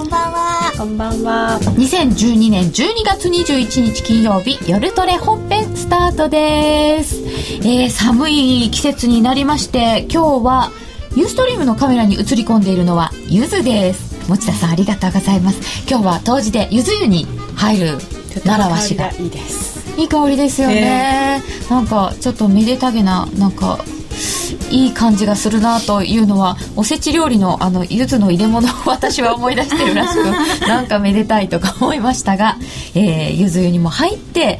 んばんは。 こんばんは。 2012年12月21日金曜日、夜トレ本編スタートです。寒い季節になりまして、今日はユーストリームのカメラに映り込んでいるのはゆずです。持田さんありがとうございます。今日は冬至でゆず湯に入る習わしがいいです。 いい香りですよね、なんかちょっとめでたげな、なんかいい感じがするなというのは、おせち料理の柚子の入れ物を私は思い出してるらしくなんかめでたいとか思いましたが、柚子湯にも入って、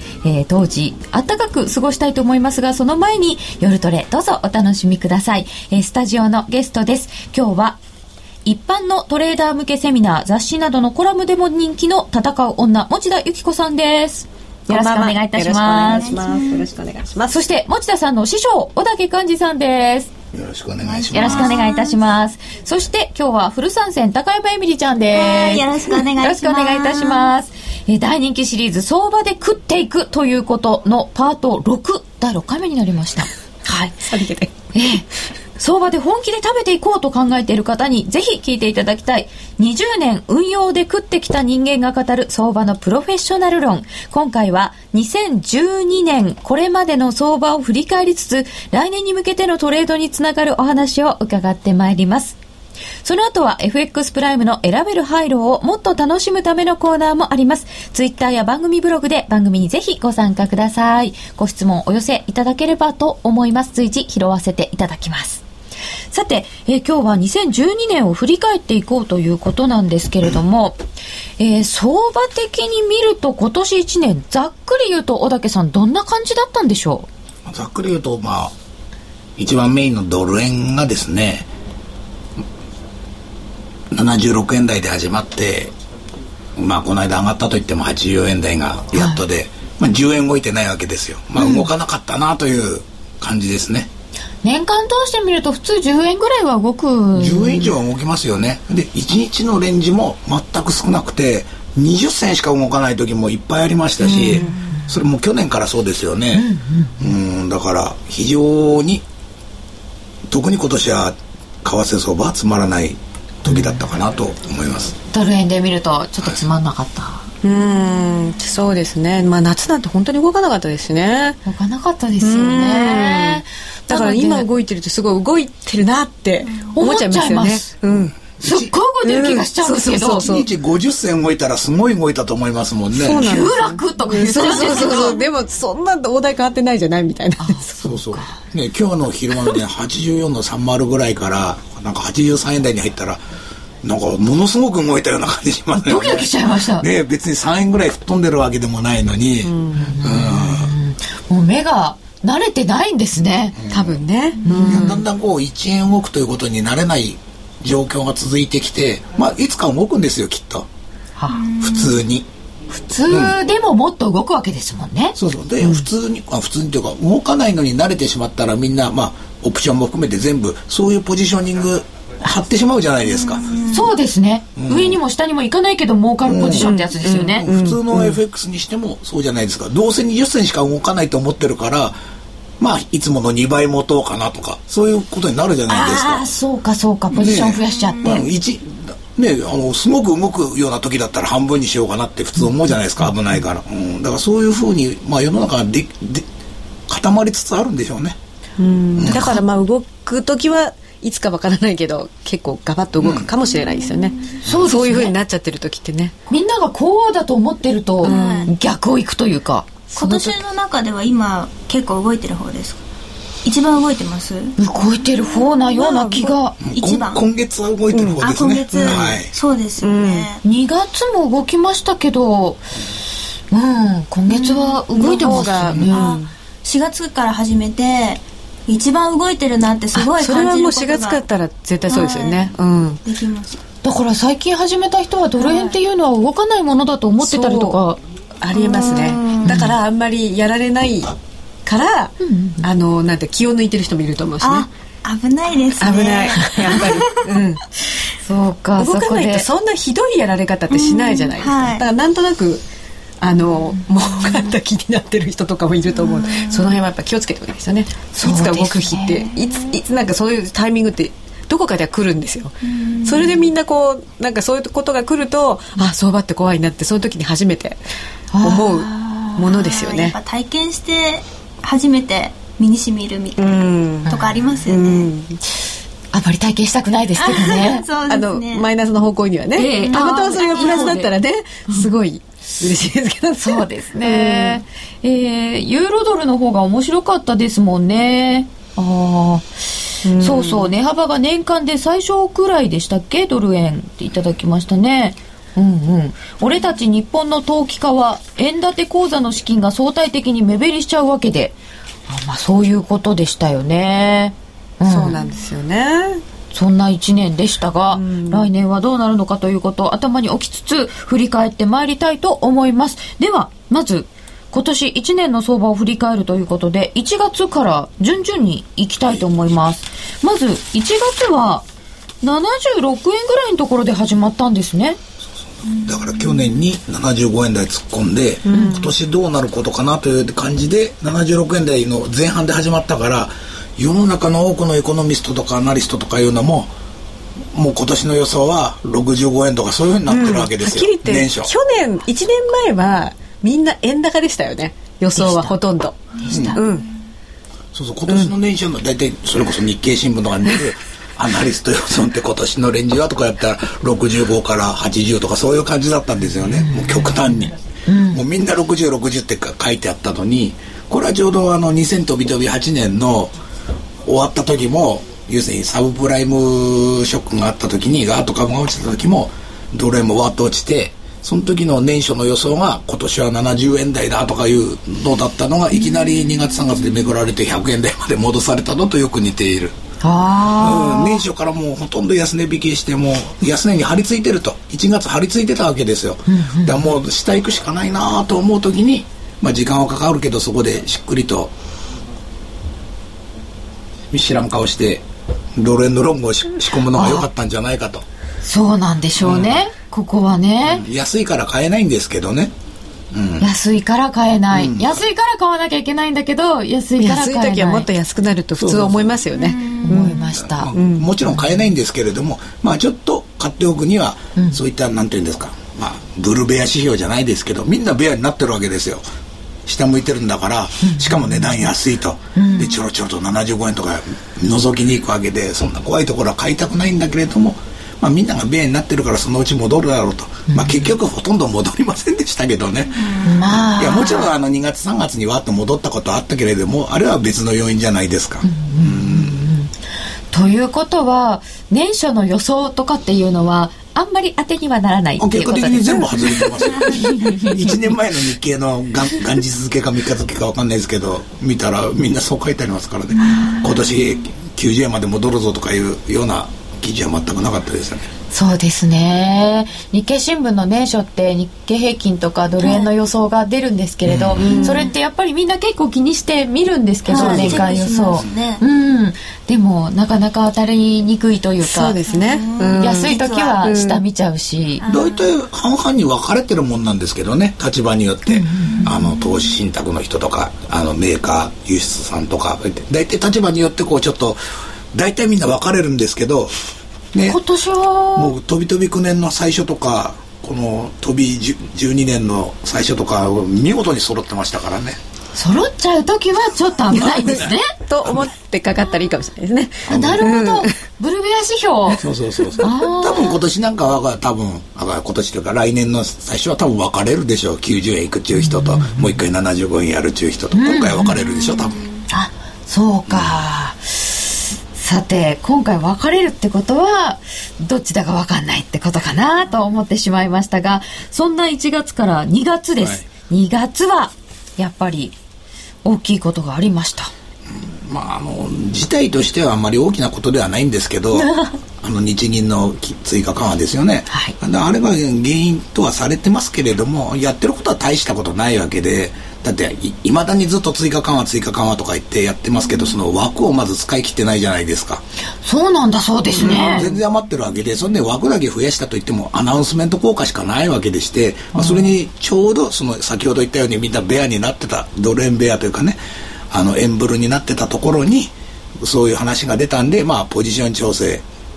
当時あったかく過ごしたいと思いますが、その前に夜トレどうぞお楽しみください。スタジオのゲストです。今日は一般のトレーダー向けセミナー、雑誌などのコラムでも人気の戦う女、持田由紀子さんです。よろしくお願いいたします。 よろしくお願いします。 そして持田さんの師匠、小竹寛治さんです。 よろしくお願いします。 よろしくお願いいたします。そして今日はフル参戦、高山エミリちゃんです。 よろしくお願いします。 よろしくお願いいたします。大人気シリーズ相場で食っていくということのパート6、第6回目になりました。はい。相場で本気で食べていこうと考えている方にぜひ聞いていただきたい、20年運用で食ってきた人間が語る相場のプロフェッショナル論。今回は2012年これまでの相場を振り返りつつ、来年に向けてのトレードにつながるお話を伺ってまいります。その後は FX プライムの選べる配慮をもっと楽しむためのコーナーもあります。ツイッターや番組ブログで番組にぜひご参加ください。ご質問お寄せいただければと思います。随時拾わせていただきます。さて、今日は2012年を振り返っていこうということなんですけれども、相場的に見ると今年1年ざっくり言うと小竹さんどんな感じだったんでしょう。ざっくり言うと、一番メインのドル円がですね、76円台で始まって、この間上がったといっても84円台がやっとで、10円動いてないわけですよ。動かなかったなという感じですね。 年間通してみると普通10円ぐらいは動く。 10円以上は動きますよね。で1日のレンジも全く少なくて、20銭しか動かない時もいっぱいありましたし、それも去年からそうですよね。だから非常に、特に今年は為替相場はつまらない時だったかなと思います。 ドル円で見るとちょっとつまんなかった、 そうですね。夏なんて本当に動かなかったですね。 動かなかったですよね。 だから今動いてるとすごい動いてるなって思っちゃいますよね。すっごい動いてる気がしちゃうんですけど、 1日50銭動いたらすごい動いたと思いますもんね。 急落とか言っちゃうんですけど、 でもそんな大台変わってないじゃないみたいな。 そうね、今日の昼間のね84の30ぐらいからなんか83円台に入ったら、なんかものすごく動いたような感じしますね。 ドキドキしちゃいましたね。別に3円ぐらい吹っ飛んでるわけでもないのに、 もう目が慣れてないんですね、多分ね。 だんだん1円動くということになれない状況が続いてきて、いつか動くんですよきっと。普通に。 普通でももっと動くわけですもんね。 そうで、普通にというか動かないのに慣れてしまったら、みんなオプションも含めて全部そういうポジショニング張ってしまうじゃないですか。 そうですね、上にも下にも行かないけど儲かるポジションってやつですよね。 普通の FX にしてもそうじゃないですか。どうせ20銭しか動かないと思ってるから、いつもの2倍持とうかなとか、そういうことになるじゃないですか。 そうか、ポジション増やしちゃって、 すごく動くような時だったら半分にしようかなって普通思うじゃないですか。危ないから、だからそういうふうに、世の中で固まりつつあるんでしょうね。 だから動く時はいつかわからないけど結構ガバッと動くかもしれないですよね。そういう風になっちゃってる時ってね、 みんながこうだと思ってると、逆をいくというか。 今年の中では今結構動いてる方ですか？一番動いてます？ 動いてる方なような気が。 今月は動いてる方ですね。 今月、そうですよね。 2月も動きましたけど、今月は動いてますよね。 4月から始めて一番動いてるなってすごい感じることが。 それはもう4月からだったら絶対そうですよね。 できます。 だから最近始めた人はドル円っていうのは動かないものだと思ってたりとか、 ありえますね。だからあんまりやられないから、なんて気を抜いてる人もいると思うしね。 危ないですね。 危ない、やっぱり。 そうか。 動かないとそんなひどいやられ方ってしないじゃないですか。だからなんとなく儲かった気になってる人とかもいると思う。その辺はやっぱ気をつけておくんですよね。いつか動く日っていつなんかそういうタイミングってどこかでは来るんですよ。それでみんなこうなんかそういうことが来ると、相場って怖いなってその時に初めて思うものですよね。 やっぱ体験して初めて身に染みるみたいなとかありますよね。 あまり体験したくないですけどね。 そうですね。 マイナスの方向にはね、たまたまそれがプラスだったらね、すごい嬉しいですけど、 そうですね。ユーロドルの方が面白かったですもんね。そうそう、値幅が年間で最小くらいでしたっけ、ドル円っていただきましたね。俺たち日本の投機家は円建て口座の資金が相対的に目減りしちゃうわけで、そういうことでしたよね。 そうなんですよね。 そんな1年でしたが、来年はどうなるのかということを頭に置きつつ振り返ってまいりたいと思います。ではまず今年1年の相場を振り返るということで、1月から順々にいきたいと思います。まず1月は76円ぐらいのところで始まったんですね。 だから去年に75円台突っ込んで、今年どうなることかなという感じで76円台の前半で始まったから、世の中の多くのエコノミストとかアナリストとかいうのももう今年の予想は65円とかそういう風になってるわけですよ。 はっきり言って去年1年前はみんな円高でしたよね、予想はほとんどでした。 そうそう、今年の年初の大体それこそ日経新聞とかに出るアナリスト予想って今年のレンジはとかやったら65から80とかそういう感じだったんですよね。もう極端に、もうみんな60って書いてあったのに、これはちょうど2000飛び飛び8年の終わった時も、要するにサブプライムショックがあった時にガーッと株が落ちた時もドル円もわっと落ちて、その時の年初の予想が今年は70円台だとかいうのだったのが、いきなり2月3月でめくられて100円台まで戻されたのとよく似ている。年初からもうほとんど安値引きして、もう安値に張り付いてると、1月張り付いてたわけですよ。だからもう下行くしかないなと思う時に、時間はかかるけどそこでしっくりと見知らん顔してドル円のロングを仕込むのが良かったんじゃないかと。 そうなんでしょうね、ここはね、 安いから買えないんですけどね、 安いから買えない、安いから買わなきゃいけないんだけど、安いから買えない。 安い時はもっと安くなると普通思いますよね。 思いました、 もちろん買えないんですけれども、ちょっと買っておくには、そういったなんていうんですか、ブルベア指標じゃないですけど、みんなベアになってるわけですよ。下向いてるんだから、しかも値段安いと、でちょろちょろと75円とか覗きに行くわけで、そんな怖いところは買いたくないんだけれども、みんながベアになってるからそのうち戻るだろうと、結局ほとんど戻りませんでしたけどね、いやもちろん2月3月にわっと戻ったことはあったけれども、あれは別の要因じゃないですか。 ということは年初の予想とかっていうのはあんまり当てにはならないっていうことです。 結果的に全部外れてますよ1年前の日経の元日付か3日付か分かんないですけど、見たらみんなそう書いてありますからね。今年90円まで戻るぞとかいうような記事は全くなかったですよね。 そうですね。日経新聞の年初って日経平均とかドル円の予想が出るんですけれど、それってやっぱりみんな結構気にして見るんですけど、年間予想、でもなかなか当たりにくいというか、 そうですね、 安い時は下見ちゃうし、 大体半々に分かれてるもんなんですけどね、立場によって、投資信託の人とかメーカー輸出さんとか大体立場によってこうちょっと大体みんな分かれるんですけど、 今年はもう飛び飛び9年の最初とか、この飛び12年の最初とか見事に揃ってましたからね。 揃っちゃう時はちょっと危ないですねと思ってかかったらいいかもしれないですね。 なるほど、ブルベア指標そう多分今年なんかは今年というか来年の最初は多分分かれるでしょう。90円いくっちゅう人と、もう一回75円やるっちゅう人と、今回は分かれるでしょ多分。 そうか、さて今回分かれるってことはどっちだか分かんないってことかなと思ってしまいましたが、そんな1月から2月です、2月はやっぱり大きいことがありました。 事態としてはあんまり大きなことではないんですけど日銀の追加緩和ですよね、あれは原因とはされてますけれども、やってることは大したことないわけで、だっていまだにずっと追加緩和とか言ってやってますけど、その枠をまず使い切ってないじゃないですか。 そうなんだそうですね、 全然余ってるわけで、それで枠だけ増やしたといってもアナウンスメント効果しかないわけでして、それにちょうどその先ほど言ったようにみんなベアになってた、ドル円ベアというかね、円ブルになってたところにそういう話が出たんで、ポジション調整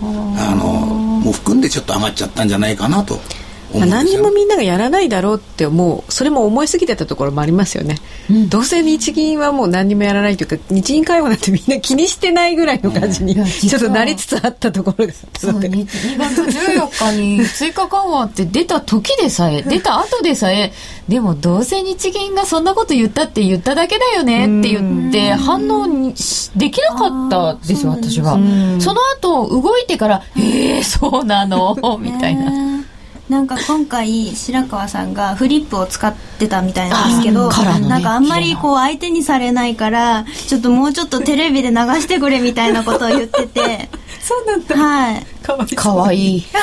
もう含んでちょっと上がっちゃったんじゃないかなと。 何にもみんながやらないだろうって思う、それも思いすぎてたところもありますよね、どうせ日銀はもう何にもやらないというか、日銀会合なんてみんな気にしてないぐらいの感じに、ちょっとなりつつあったところです。 そう、2月14日に追加緩和って出た時でさえ出た後でさえ、でもどうせ日銀がそんなこと言ったって言っただけだよねって言って反応にできなかったですよ、私は。その後動いてからそうなのみたいな。 なんか今回白川さんがフリップを使ってたみたいなんですけど、なんかあんまりこう相手にされないからちょっともうちょっとテレビで流してくれみたいなことを言っててそうなんだ、 はい、 かわいい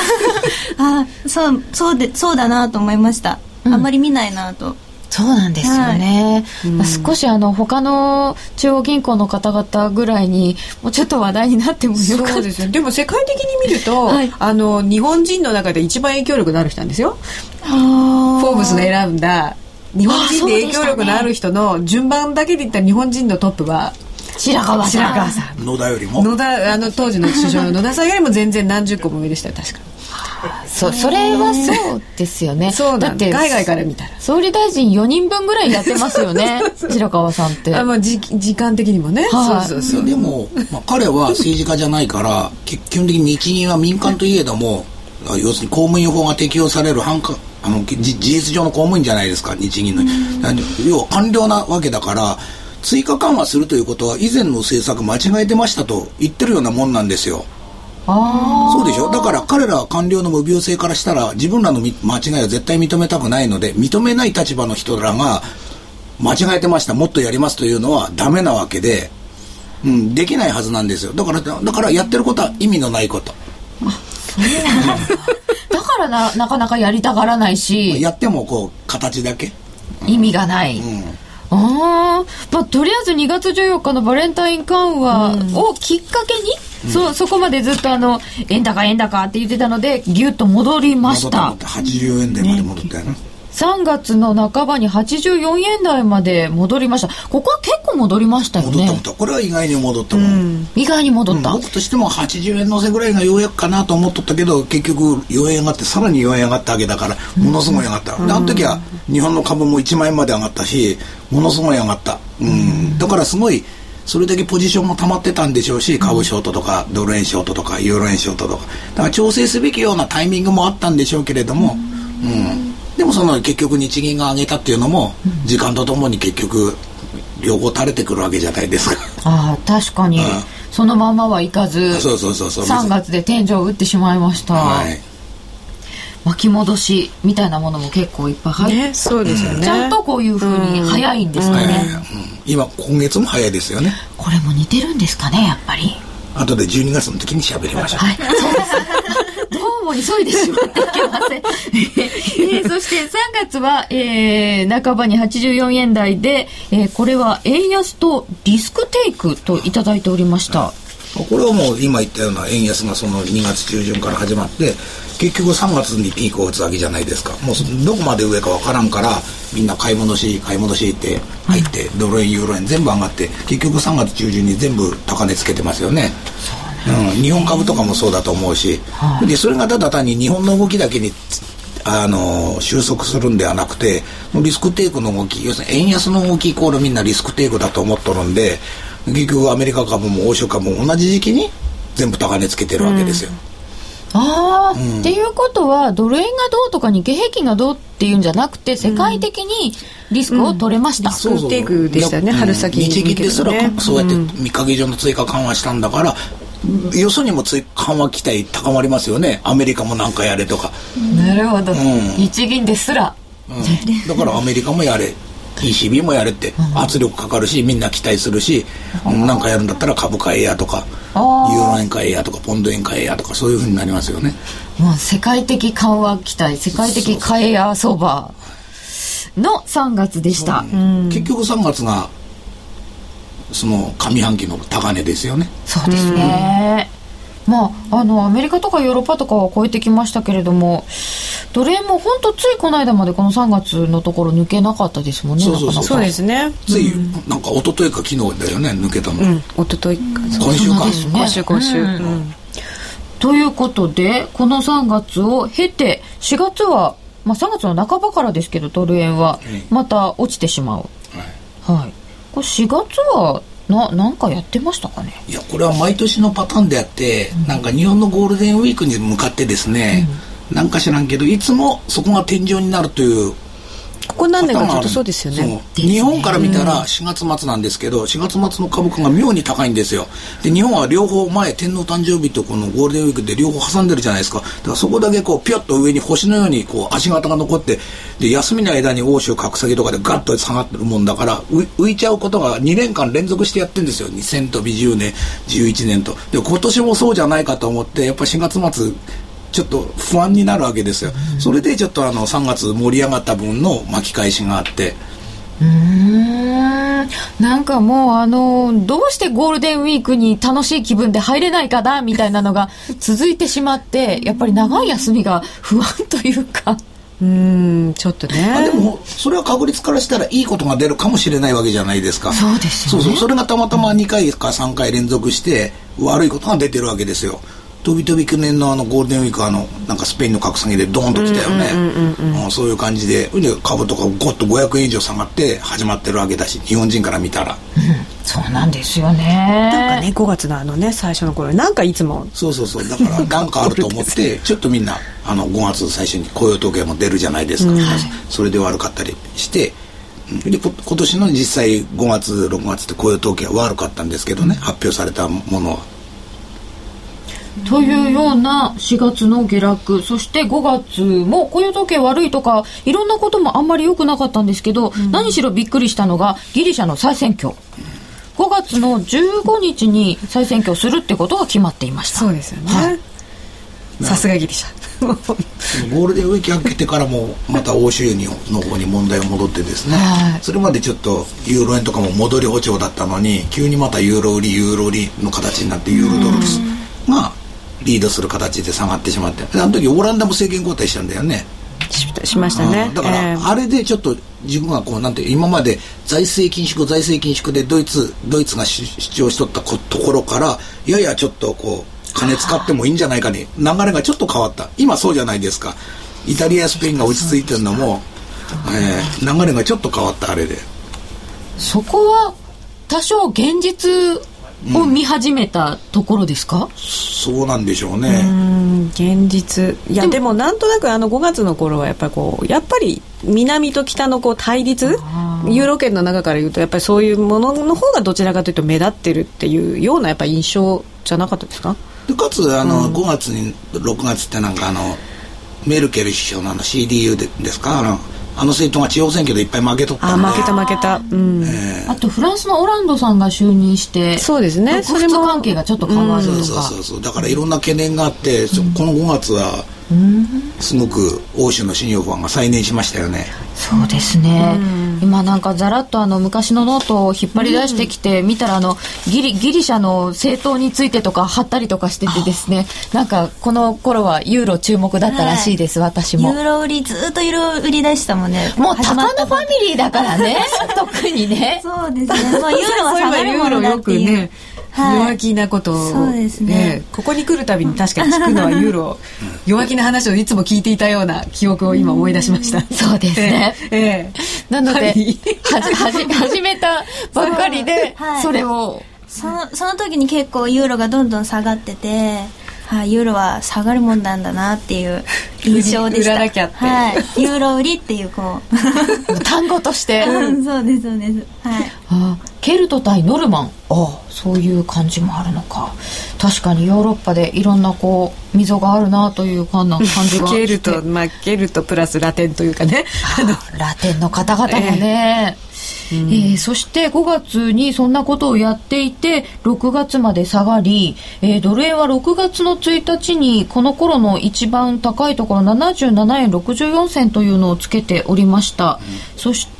そうだなと思いました、あんまり見ないなと。 そうなんですよね、少し他の中央銀行の方々ぐらいにもうちょっと話題になってもよかった。 そうですよ。でも世界的に見ると、はい、日本人の中で一番影響力のある人なんですよ。フォーブスの選んだ日本人で影響力のある人の順番だけで言ったら日本人のトップは白川さん。野田よりも当時の首相の野田さんよりも全然何十個も上でしたよ、確かに。 それはそうですよね。 そうだって海外から見たら総理大臣4人分ぐらいやってますよね白川さんって。 時間的にもね、 そうでも、彼は政治家じゃないから基本的に日銀は民間といえども要するに公務員法が適用される事実上の公務員じゃないですか、日銀の。要は官僚なわけだから、追加緩和するということは以前の政策間違えてましたと言ってるようなもんなんですよ。そうでしょ。だから彼らは官僚の無病性からしたら自分らの間違いは絶対認めたくないので、認めない立場の人らが間違えてました、もっとやりますというのはダメなわけで、できないはずなんですよ。だからやってることは意味のないこと。 だからなかなかやりたがらないし、 やってもこう形だけ意味がない、とりあえず2月14日のバレンタイン緩和をきっかけに、そこまでずっと円高って言ってたのでギュッと戻りました。 80円台まで戻ったよね。 3月の半ばに84円台まで戻りました。ここは結構戻りましたよね。 戻った。これは意外に戻ったもん、 意外に戻った、 僕としても80円のせぐらいがようやくかなと思っとったけど、結局4円上がってさらに4円上がったわけだから、ものすごい上がった、あの時は日本の株も1万円まで上がったし、ものすごい上がった、だからすごいそれだけポジションも溜まってたんでしょうし、株ショートとかドル円ショートとかユーロ円ショートとか、だから調整すべきようなタイミングもあったんでしょうけれども、でも結局日銀が上げたっていうのも時間とともに結局両方垂れてくるわけじゃないですか。 確かに、そのままはいかず、3月で天井を打ってしまいました、巻き戻しみたいなものも結構いっぱい入って、 そうですよね、 ちゃんとこういう風に早いんですかね、 今月も早いですよね。 これも似てるんですかね、やっぱり。 後で12月の時に喋りましょう。 そうですどうも急いでしまっていけませんそして3月は、半ばに84円台で、これは円安とリスクテイクといただいておりました、 これはもう今言ったような円安がその2月中旬から始まって結局3月にピークを打つわけじゃないですか。もうどこまで上か分からんからみんな買い戻しって入って、ドル円ユーロ円全部上がって結局3月中旬に全部高値つけてますよね。日本株とかもそうだと思うし、でそれがただ単に日本の動きだけに収束するんではなくて、リスクテイクの動き、要するに円安の動きイコールみんなリスクテイクだと思っとるんで、結局アメリカ株も欧州株も同じ時期に全部高値つけてるわけですよ。 っていうことはドル円がどうとか日経平均がどうっていうんじゃなくて、世界的にリスクを取れました、 リスクテイクでしたね、春先に日銀ですらそうやって3ヶ月以上の追加緩和したんだから、よそにも緩和期待高まりますよね。アメリカもなんかやれとか。 なるほど、日銀ですら、 だからアメリカもやれECB もやれって圧力かかるし、みんな期待するし、なんかやるんだったら株買えやとかユーロ円買えやとかポンド円買えやとか、そういう風になりますよね。 もう世界的緩和期待、世界的買えや相場の3月でした。 結局3月がその上半期の高値ですよね。 そうですね。アメリカとかヨーロッパとかは超えてきましたけれども、ドル円も本当ついこの間までこの3月のところ抜けなかったですもんね。 そうですね。 ついなんか一昨日か昨日だよね、抜けたの。 一昨日か今週か、 今週、 ということでこの3月を経て4月は、3月の半ばからですけどドル円はまた落ちてしまう、はい、これ4月はなんかやってましたかね。 いやこれは毎年のパターンであって、なんか日本のゴールデンウィークに向かってですね、なんか知らんけどいつもそこが天井になるというここ何年かちょっとそうですよね。 日本から見たら4月末なんですけど、4月末の株価が妙に高いんですよ。で日本は両方前天皇誕生日とこのゴールデンウィークで両方挟んでるじゃないですか。だからそこだけこうピョッと上に星のようにこう足型が残って、で休みの間に欧州格下げとかでガッと下がってるもんだから浮いちゃうことが2年間連続してやってるんですよ。2000と20年11年と。で今年もそうじゃないかと思ってやっぱり4月末ちょっと不安になるわけですよ。それでちょっと3月盛り上がった分の巻き返しがあって、 なんかもうどうしてゴールデンウィークに楽しい気分で入れないかなみたいなのが続いてしまってやっぱり長い休みが不安というかちょっとね。 でもそれは確率からしたらいいことが出るかもしれないわけじゃないですか。 そうですよね。 それがたまたま2回か3回連続して悪いことが出てるわけですよ。飛び飛び去年のゴールデンウィークなんかスペインの格下げでドーンと来たよね。そういう感じで株とかゴッと500円以上下がって始まってるわけだし、日本人から見たら、 そうなんですよね。 なんかね5月の最初の頃なんかいつもそうだからなんかあると思ってちょっとみんな5月最初に雇用統計も出るじゃないですか、それで悪かったりしてで今年の実際5月6月って雇用統計は悪かったんですけどね、発表されたものはというような4月の下落、そして5月も雇用統計悪いとかいろんなこともあんまり良くなかったんですけど、何しろびっくりしたのがギリシャの再選挙、5月の15日に再選挙するってことが決まっていました。 そうですよね、さすがギリシャゴールデンウィーク明けてからもまた欧州の方に問題が戻ってですね、それまでちょっとユーロ円とかも戻り歩調だったのに急にまたユーロ売りの形になってユーロドルがリードする形で下がってしまって、あの時オランダも政権交代したんだよね。 しましたね。 だからあれでちょっと自分がこうなんて今まで財政緊縮でドイツが主張しとったところからややちょっとこう金使ってもいいんじゃないかに流れがちょっと変わった。今そうじゃないですか。イタリアやスペインが落ち着いてるのも、流れがちょっと変わった。あれでそこは多少現実を見始めたところですか？ そうなんでしょうね。 現実でもなんとなく5月の頃はやっぱり南と北の対立、ユーロ圏の中から言うとやっぱりそういうものの方がどちらかというと目立ってるっていうようなやっぱ印象じゃなかったですか？ でかつ5月に6月ってなんかメルケル首相のCDU ですか政党が地方選挙でいっぱい負けとったんで。 負けた、 あとフランスのオランドさんが就任してそうですね、 それも関係がちょっと変わるとか、 そうだからいろんな懸念があって、この5月はすごく欧州の信用不安が再燃しましたよね。 そうですね、今なんかざらっと昔のノートを引っ張り出してきて見たらギリシャの政党についてとか貼ったりとかしててですね、なんかこの頃はユーロ注目だったらしいです、私も。 ユーロ売りずっとユーロ売り出したもんね。 もう高野ファミリーだからね特にね。 そうですね、ユーロは下がるものだっていう、 弱気なことを、 そうですね、 ここに来るたびに確かに聞くのはユーロ弱気な話をいつも聞いていたような記憶を今思い出しました。 そうですね、なので始めたばっかりで、それをその時に結構ユーロがどんどん下がってて、ユーロは下がるもんなんだなっていう印象でした。 売らなきゃって、 ユーロ売りっていう単語としてそうです、 ケルト対ノルマン、そういう感じもあるのか。確かにヨーロッパでいろんな溝があるなという感じがしてケルトプラスラテンというかねラテンの方々もね、そして5月にそんなことをやっていて6月まで下がり、ドル円は6月の1日にこの頃の一番高いところ77円64銭というのをつけておりました、そして、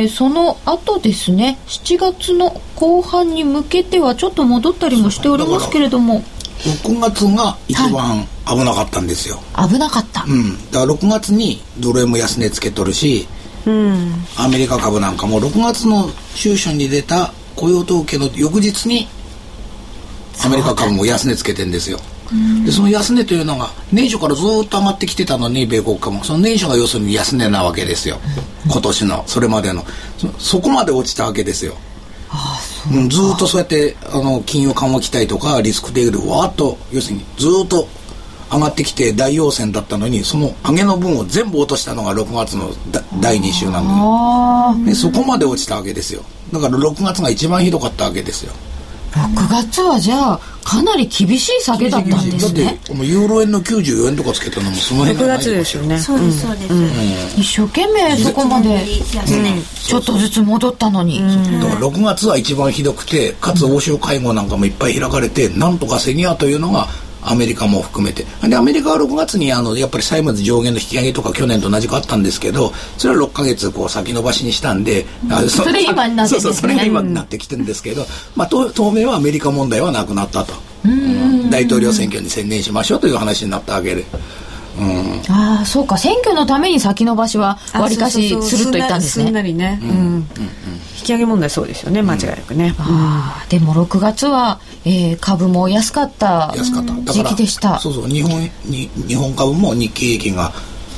その後ですね7月の後半に向けてはちょっと戻ったりもしておりますけれども、 6月が一番危なかったんですよ、 危なかった、 だから6月にドル円も安値つけとるし、アメリカ株なんかも6月の週初に出た雇用統計の翌日にアメリカ株も安値つけてんですよ。 でその安値というのが年初からずっと上がってきてたのに、米国株もその年初が要するに安値なわけですよ、今年のそれまでのそこまで落ちたわけですよ。ずっとそうやって金融緩和期待とかリスクテイクでわーっと要するにずっと上がってきて大陽線だったのに、その上げの分を全部落としたのが6月の第2週なので、そこまで落ちたわけですよ。だから6月が一番ひどかったわけですよ。 6月はじゃあかなり厳しい下げだったんですね。 だってユーロ円の94円とかつけたのもその辺 6月ですよね。 そうですそうです、 一生懸命そこまで、ちょっとずつ戻ったのに、 だから6月は一番ひどくて、かつ欧州会合なんかもいっぱい開かれて、なんとかせにゃというのがアメリカも含めてで、アメリカは6月にやっぱり債務上限の引き上げとか去年と同じくあったんですけど、それは6ヶ月こう先延ばしにしたんで、 それ今になって、 そうそれが今になってきてるんですけど、当面はアメリカ問題はなくなったと、大統領選挙に専念しましょうという話になったわけで、 ああそうか、選挙のために先延ばしはわりかしすると言ったんですね。 すんなりね、引き上げ問題そうですよね、間違いなくね、 でも6月は、株も安かった時期でした。 そうそう、日本株も日経平均が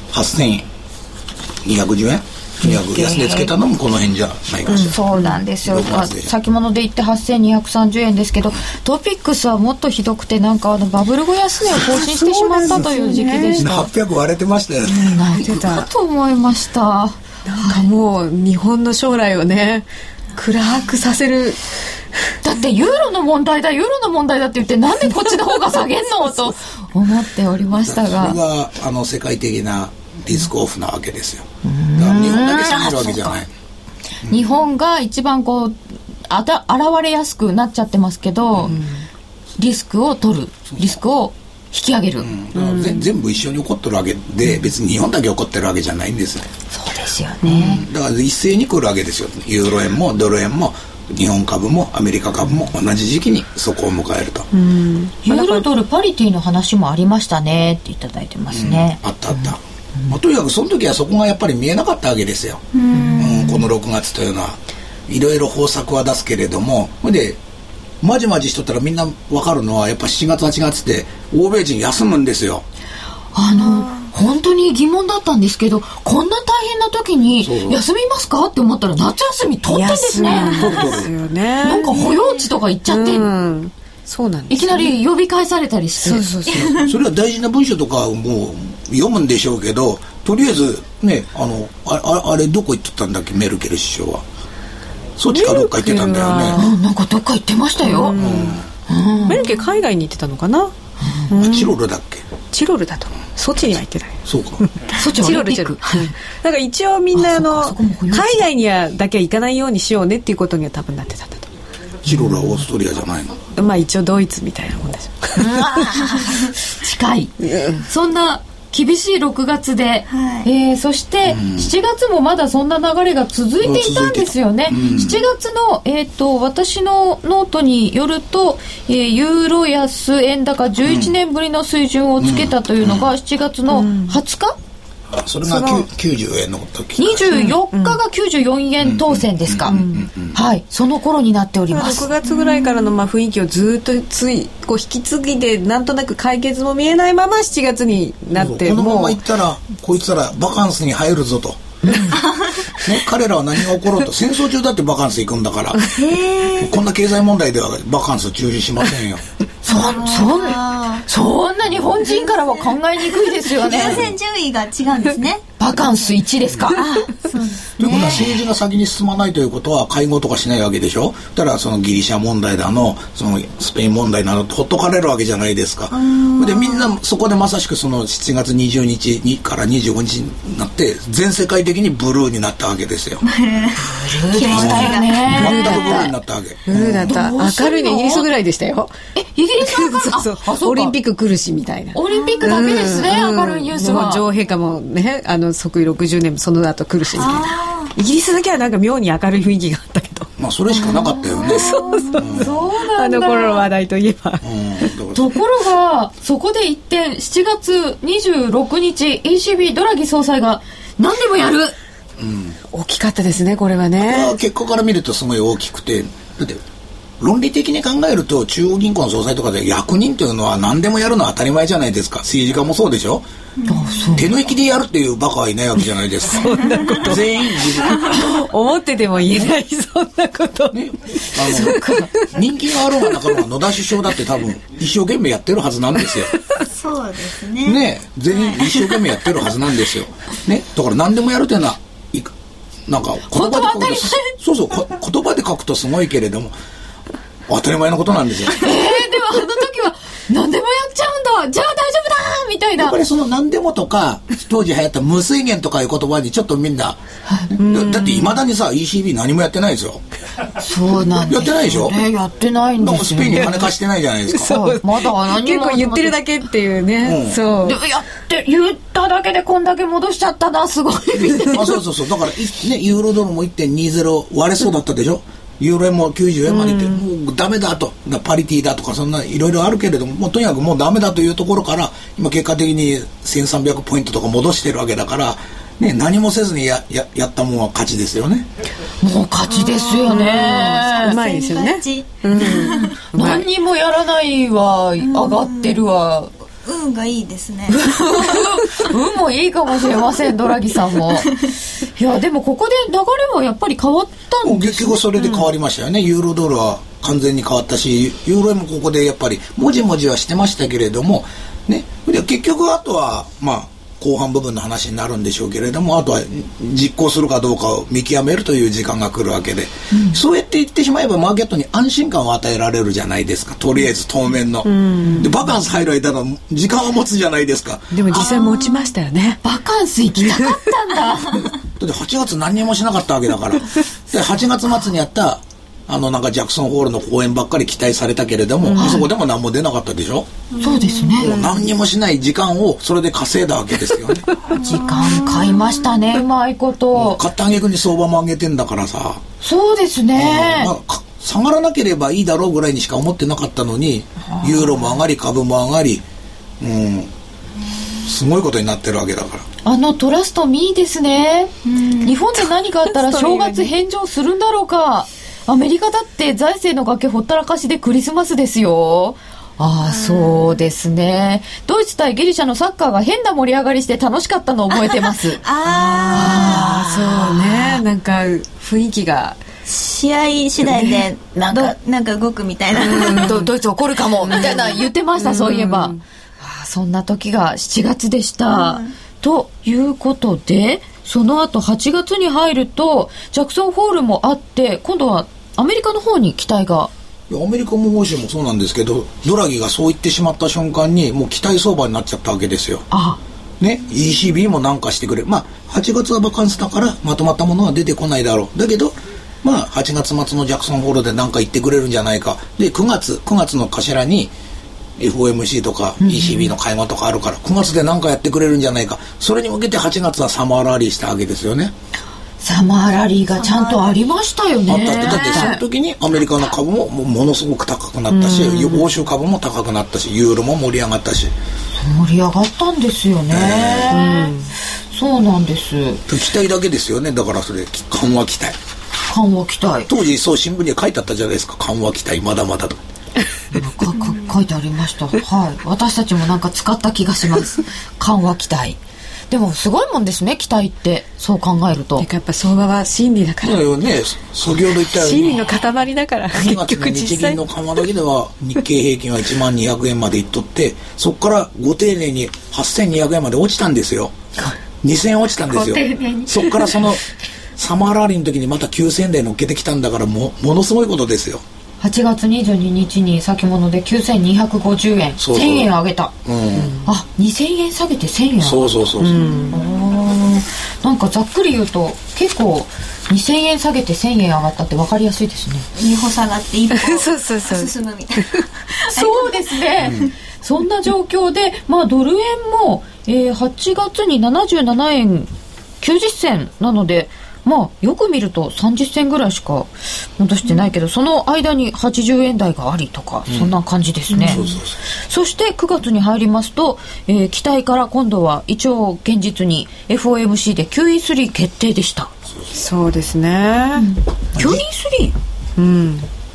8210円安値つけたのもこの辺じゃないかしら、 そうなんですよ。先物で言って8230円ですけど、トピックスはもっとひどくて、なんかバブル後安値を更新してしまったという時期でした。 800割れてましたよね。 なんでだと思いました。 なんかもう日本の将来をね暗くさせる。 だってユーロの問題だって言って、なんでこっちの方が下げんのと思っておりましたが、 それが世界的なリスクオフなわけですよ。だから日本だけ下げるわけじゃない。 日本が一番こう現れやすくなっちゃってますけど、リスクを取る、リスクを引き上げる、 全部一緒に起こってるわけで、別に日本だけ起こってるわけじゃないんですよ。 そうですよね、 だから一斉に来るわけですよ。ユーロ円もドル円も日本株もアメリカ株も同じ時期にそこを迎えると。 ユーロドルパリティの話もありましたねっていただいてますね。 あった、とにかくその時はそこがやっぱり見えなかったわけですよ。この6月というのはいろいろ方策は出すけれども、でまじまじしとったらみんな分かるのは、やっぱ7月8月って欧米人休むんですよ。 本当に疑問だったんですけど、こんな大変な時に休みますかって思ったら夏休み取ってんですね。なんか保養地とか行っちゃって、 そうなんです、ね、 いきなり呼び返されたりして、 それは大事な文書とかもう読むんでしょうけど、とりあえずね、あれどこ行ってたんだっけ、メルケル首相はそっちかどっか行ってたんだよね。 なんかどっか行ってましたよ。 メルケル海外に行ってたのかな。 チロルだっけ。 チロルだと。ソチには行ってない。 そうか。 ソチオリンピック。 だから一応みんな海外にはだけは行かないようにしようねっていうことには多分なってたんだと。 チロルはオーストリアじゃないの。 まあ一応ドイツみたいなもんでしょ。近い。そんな厳しい6月で、そして7月もまだそんな流れが続いていたんですよね。7月の、私のノートによると、ユーロ安円高11年ぶりの水準をつけたというのが7月の20日、 それが90円の時、 24日が94円当選ですか。はい、その頃になっております。 6月ぐらいからの雰囲気をずっとこう引き継ぎで、なんとなく解決も見えないまま7月になって、 このままいったらこいつらバカンスに入るぞとね、彼らは何が起ころうと、戦争中だってバカンス行くんだから、こんな経済問題ではバカンス中止しませんよ。 そんな日本人からは考えにくいですよね。 優先順位が違うんですね。 バカンス1ですか。 そうですということは政治が先に進まないということは会合とかしないわけでしょ。だからそのギリシャ問題だの、そのスペイン問題などほっとかれるわけじゃないですか。でみんなそこでまさしくその7月20日にから25日になって全世界的にブルーになったわけですよ。 ブルーでしたよね。 全くブルーになったわけ。 ブルーだった。明るいのイギリスぐらいでしたよ。 イギリスはそうオリンピック来るしみたいな。 オリンピックだけですね、明るいニュースは。 もう女王陛下もね、即位60年もその後来るしみたいな。イギリスだけはなんか妙に明るい雰囲気があったけど、 まあそれしかなかったよね。 そうなんだ。 頃の話題といえば、 ところがそこで一転、7月26日 ECB ドラギ総裁が何でもやる、 大きかったですね、これはね。 結果から見るとすごい大きくて、だって論理的に考えると中央銀行の総裁とかで役人というのは何でもやるのは当たり前じゃないですか。政治家もそうでしょ。手抜きでやるっていうバカはいないわけじゃないですか。そんなこと全員自分思ってても言えないそんなこと、ね、 人気があるがなかろうが野田首相だって多分一生懸命やってるはずなんですよ。 そうですね。 ね、全員一生懸命やってるはずなんですよ。ね、だから何でもやるというのはなんか言葉で書くとそうそう言葉で書くとすごいけれども当たり前のことなんですよ。 でもあの時は何でもやっちゃうんだ、じゃあ大丈夫だみたいな。 やっぱりその何でもとか当時流行った無制限とかいう言葉にちょっとみんなだっていまだにさ ECB 何もやってないですよ。 そうなんですよ、ね、 やってないでしょ。 やってないんですよ、ね、 スペインに金貸してないじゃないですか。 そうまだ何結構言ってるだけっていうね、 うん、そうで言っただけでこんだけ戻しちゃったなすごいみたいな。 そうだから、ね、ユーロドルも 1.20 割れそうだったでしょ。ユーロ円も90円までいって、もうダメだとパリティだとかそんないろいろあるけれども、もうとにかくもうダメだというところから今結果的に1300ポイントとか戻してるわけだから、ね、何もせずに やったもんは勝ちですよね。 もう勝ちですよね。 うまいですよね、 何にもやらないわ、上がってるわ、 運がいいですね。 運もいいかもしれませんドラギさんも。いやでもここで流れはやっぱり変わったんですね。 結局それで変わりましたよね、ユーロドルは完全に変わったし、ユーロ円もここでやっぱりもじもじはしてましたけれどもね。で結局あとはまあ後半部分の話になるんでしょうけれども、あとは実行するかどうかを見極めるという時間が来るわけで、そうやって言ってしまえばマーケットに安心感を与えられるじゃないですか。とりあえず当面の、でバカンス入る間の時間を持つじゃないですか。 でも実際持ちましたよね。 バカンス行きたかったんだ。 だって8月何にもしなかったわけだから。で8月末にやったなんかジャクソンホールの公演ばっかり期待されたけれども、あそこでも何も出なかったでしょ。 そうですね。 もう何にもしない時間をそれで稼いだわけですよね。 時間買いましたね、うまいこと。 買った挙句に相場も上げてんだからさ。 そうですね、 下がらなければいいだろうぐらいにしか思ってなかったのに、ユーロも上がり株も上がり、すごいことになってるわけだから。 トラストミーですね。日本で何かあったら正月返上するんだろうか。アメリカだって財政の崖ほったらかしでクリスマスですよ。そうですね。ドイツ対ギリシャのサッカーが変な盛り上がりして楽しかったのを覚えてます。 そうね。なんか雰囲気が試合次第でなんか動くみたいな。 ドイツ怒るかもみたいな言ってました。そういえばそんな時が7月でした。ということでその後8月に入るとジャクソンホールもあって、今度はアメリカの方に期待が。 アメリカも欧州もそうなんですけど、ドラギがそう言ってしまった瞬間にもう期待相場になっちゃったわけですよ。ね、ECB もなんかしてくれる。8月はバカンスだからまとまったものは出てこないだろう。だけど8月末のジャクソンホールでなんか言ってくれるんじゃないか。で9月の頭にFOMC とか ECB の会合とかあるから、9月で何かやってくれるんじゃないか。それに向けて8月はサマーラリーしたわけですよね。 サマーラリーがちゃんとありましたよね。 だってその時にアメリカの株もものすごく高くなったし、欧州株も高くなったし、ユーロも盛り上がったし。 盛り上がったんですよね。そうなんです。 期待だけですよね。だからそれ緩和期待。 緩和期待。 当時そう新聞には書いてあったじゃないですか。緩和期待まだまだと。 書いてありました。私たちもなんか使った気がします。緩和期待。でもすごいもんですね、期待って。そう考えるとやっぱ相場は心理だから。 そうよね。先ほど言ったように心理の塊だから。 9月の日銀の緩和だけでは日経平均は10200円までいっとって、そこからご丁寧に8200円まで落ちたんですよ。2000円落ちたんですよ。そこからそのサマーラリーの時にまた9000円台乗っけてきたんだから、ものすごいことですよ。 8月22日に先物で9250円、1000円上げた。2000円下げて1000円上げた。 そう。 なんかざっくり言うと結構2000円下げて1000円上がったって分かりやすいですね。 2歩下がって1歩そう進むみたいな。 そうですね。そんな状況で、ドル円も、8月に77円90銭なので、よく見ると30銭ぐらいしか戻してないけど、その間に80円台がありとか、そんな感じですね。そして9月に入りますと、期待から今度は一応現実に FOMC で QE3 決定でした。 そうですね。 QE3？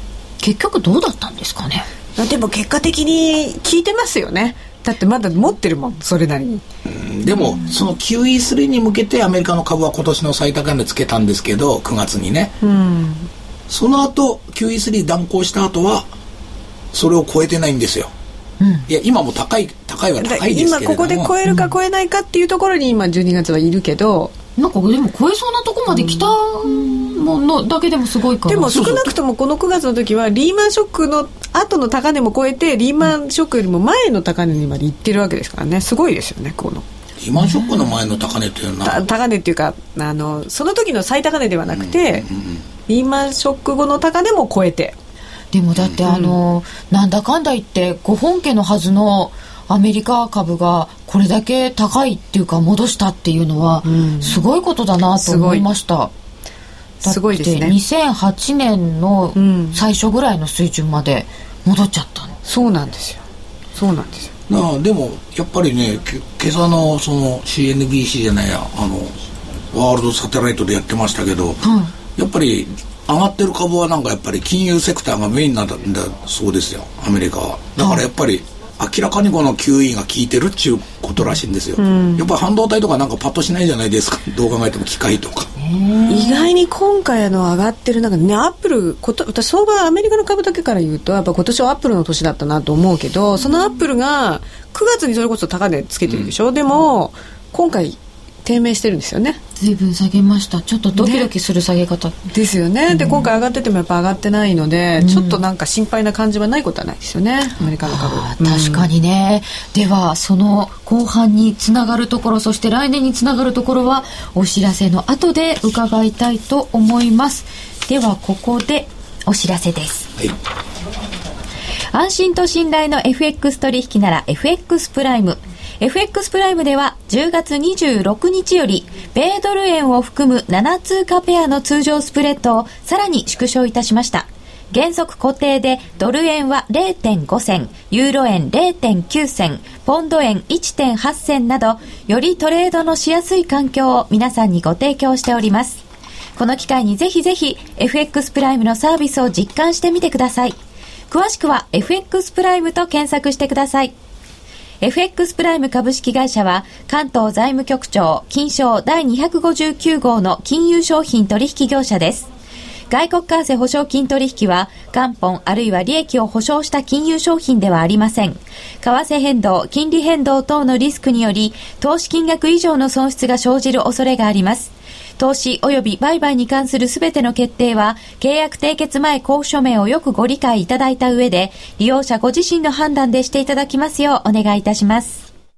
結局どうだったんですかね。 でも結果的に効いてますよね。だってまだ持ってるもん、それなりに。 でもその QE3 に向けてアメリカの株は今年の最高値つけたんですけど、9月にね、その後 QE3 断行した後はそれを超えてないんですよ。いや今も高いは高いですけれども、 今ここで超えるか超えないかっていうところに今12月はいるけど、 なんかでも超えそうなとこまで来たものだけでもすごいから。 でも少なくともこの9月の時はリーマンショックの後の高値も超えて、リーマンショックよりも前の高値にまで行ってるわけですからね。すごいですよね。このリーマンショックの前の高値っていうのは、 高値っていうかその時の最高値ではなくて、リーマンショック後の高値も超えて。 でもだってなんだかんだ言ってご本家のはずのアメリカ株がこれだけ高いっていうか戻したっていうのはすごいことだなと思いました。 すごいですね。 2008年の最初ぐらいの水準まで戻っちゃったの。 そうなんですよ。そうなんですよ。 でもやっぱりね、今朝のその CNBC じゃないや、ワールドサテライトでやってましたけど、やっぱり上がってる株はなんかやっぱり金融セクターがメインなんだそうですよ、アメリカは。だからやっぱり明らかにこの QE が効いてるっていうことらしいんですよ。やっぱり半導体とかなんかパッとしないじゃないですか、どう考えても機械とか。 意外に今回上がってる中でね、アップル私相場アメリカの株だけから言うとやっぱ今年はアップルの年だったなと思うけど、そのアップルが9月にそれこそ高値つけてるでしょ。でも今回低迷してるんですよね。 随分下げました。ちょっとドキドキする下げ方、 ですよね。で今回上がっててもやっぱ上がってないので、ちょっとなんか心配な感じはないことはないですよね、アメリカの株。 確かにね。ではその後半につながるところ、そして来年につながるところはお知らせの後で伺いたいと思います。ではここでお知らせです。安心と信頼の FX 取引なら FX プライム。FX プライムでは10月26日より米ドル円を含む7通貨ペアの通常スプレッドをさらに縮小いたしました。原則固定でドル円は 0.5 銭、ユーロ円 0.9 銭、ポンド円 1.8 銭など、よりトレードのしやすい環境を皆さんにご提供しております。この機会にぜひぜひ FX プライムのサービスを実感してみてください。詳しくは FX プライムと検索してください。FX プライム株式会社は関東財務局長金商第259号の金融商品取引業者です。外国為替保証金取引は元本あるいは利益を保証した金融商品ではありません。為替変動、金利変動等のリスクにより投資金額以上の損失が生じる恐れがあります。投資及び売買に関するすべての決定は契約締結前交付書面をよくご理解いただいた上で利用者ご自身の判断でしていただきますようお願いいたします。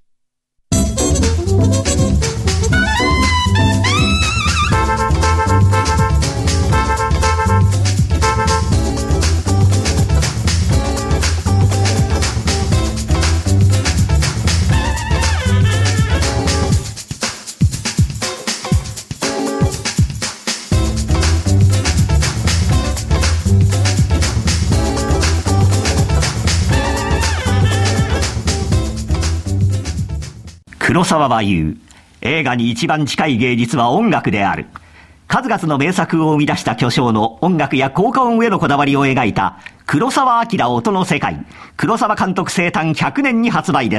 黒沢は言う。映画に一番近い芸術は音楽である。数々の名作を生み出した巨匠の音楽や効果音へのこだわりを描いた黒沢明音の世界。黒沢監督生誕100年に発売です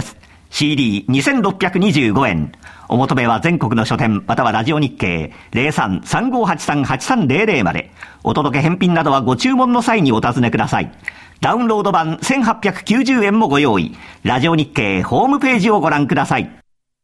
。CD2625 円。お求めは全国の書店またはラジオ日経 03-3583-8300 まで。お届け返品などはご注文の際にお尋ねください。ダウンロード版1890円もご用意。ラジオ日経ホームページをご覧ください。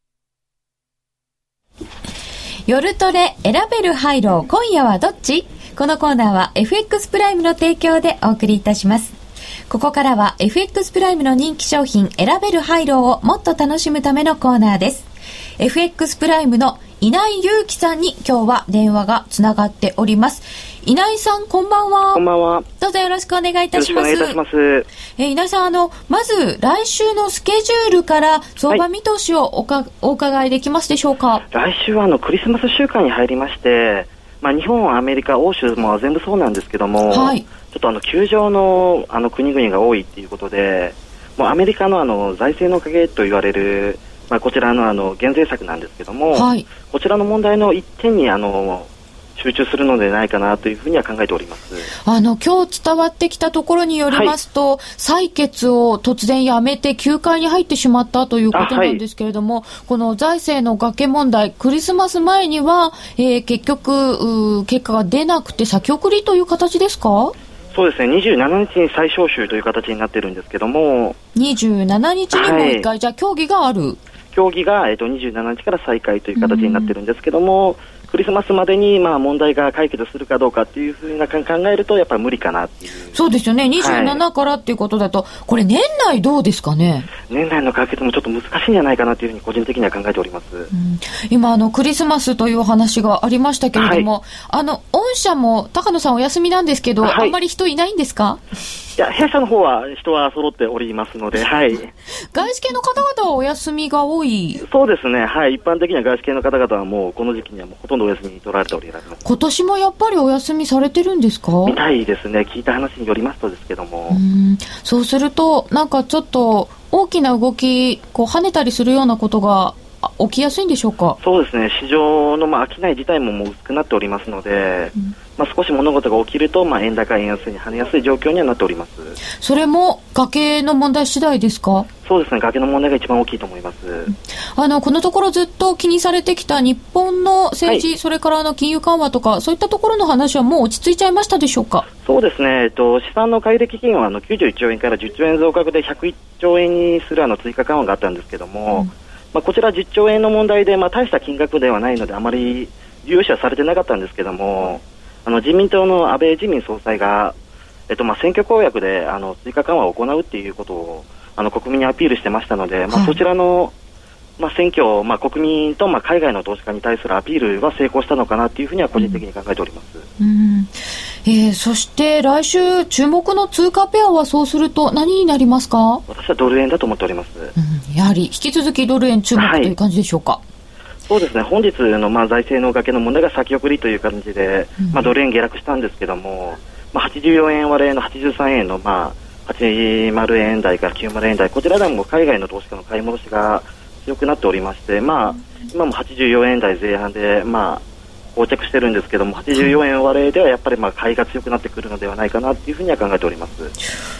夜トレ選べるハイロー、今夜はどっち？このコーナーは FX プライムの提供でお送りいたします。ここからは FX プライムの人気商品選べるハイローをもっと楽しむためのコーナーです。FX プライムの稲井祐樹さんに今日は電話がつながっております。稲井さん、こんばんは。 こんばんは。 どうぞよろしくお願いいたします。 よろしくお願いいたします。 稲井さん、まず来週のスケジュールから相場見通しをお伺いできますでしょうか。 来週はクリスマス週間に入りまして、日本、アメリカ、欧州も全部そうなんですけども、はい、ちょっと休場の国々が多いっていうことで、もうアメリカの財政のおかげと言われる、こちらの減税策なんですけども、はい、こちらの問題の一点に焦集中するのではないかなというふうには考えております。 今日伝わってきたところによりますと、採決を突然やめて休会に入ってしまったということなんですけれども、この財政の崖問題、クリスマス前には、結局結果が出なくて先送りという形ですか？ そうですね、27日に再招集という形になってるんですけども、 27日にもう一回、じゃあ協議がある。 協議が、27日から再開という形になってるんですけども、クリスマスまでに問題が解決するかどうかっていうふうな考えるとやっぱり無理かなっていう。 そうですよね、27からっていうことだと、これ年内どうですかね？ 年内の解決もちょっと難しいんじゃないかなというふうに個人的には考えております。 今クリスマスというお話がありましたけれども、御社も高野さんお休みなんですけど、あんまり人いないんですか？ いや、弊社の方は人は揃っておりますので、外資系の方々はお休みが多い。 そうですね、一般的には外資系の方々はもうこの時期にはもうほとんどお休み取られております。 今年もやっぱりお休みされてるんですか？ みたいですね、聞いた話によりますとですけども。 そうするとなんかちょっと大きな動き跳ねたりするようなことが起きやすいんでしょうか？ そうですね、市場の商い自体ももう薄くなっておりますので、少し物事が起きると円高円安に跳ねやすい状況にはなっております。 それも崖の問題次第ですか？ そうですね、崖の問題が一番大きいと思います。 このところずっと気にされてきた日本の政治、それから金融緩和とかそういったところの話はもう落ち着いちゃいましたでしょうか？ そうですね、資産の買入基金は91兆円から10兆円増額で101兆円にする追加緩和があったんですけども、こちら10兆円の問題で、大した金額ではないのであまり重要視はされてなかったんですけども、自民党の安倍自民総裁が、選挙公約で追加緩和を行うっていうことを国民にアピールしてましたので、そちらの、選挙、国民と海外の投資家に対するアピールは成功したのかなというふうには個人的に考えております。 そして来週注目の通貨ペアはそうすると何になりますか？ 私はドル円だと思っております。 やはり引き続きドル円注目という感じでしょうか？ そうですね、本日の財政の崖の問題が先送りという感じで、ドル円下落したんですけども、84円割れの83円の80円台から90円台、こちらでも海外の投資家の買い戻しが強くなっておりまして、今も84円台前半で膠着してるんですけども、84円割れではやっぱり買いが強くなってくるのではないかなというふうには考えております。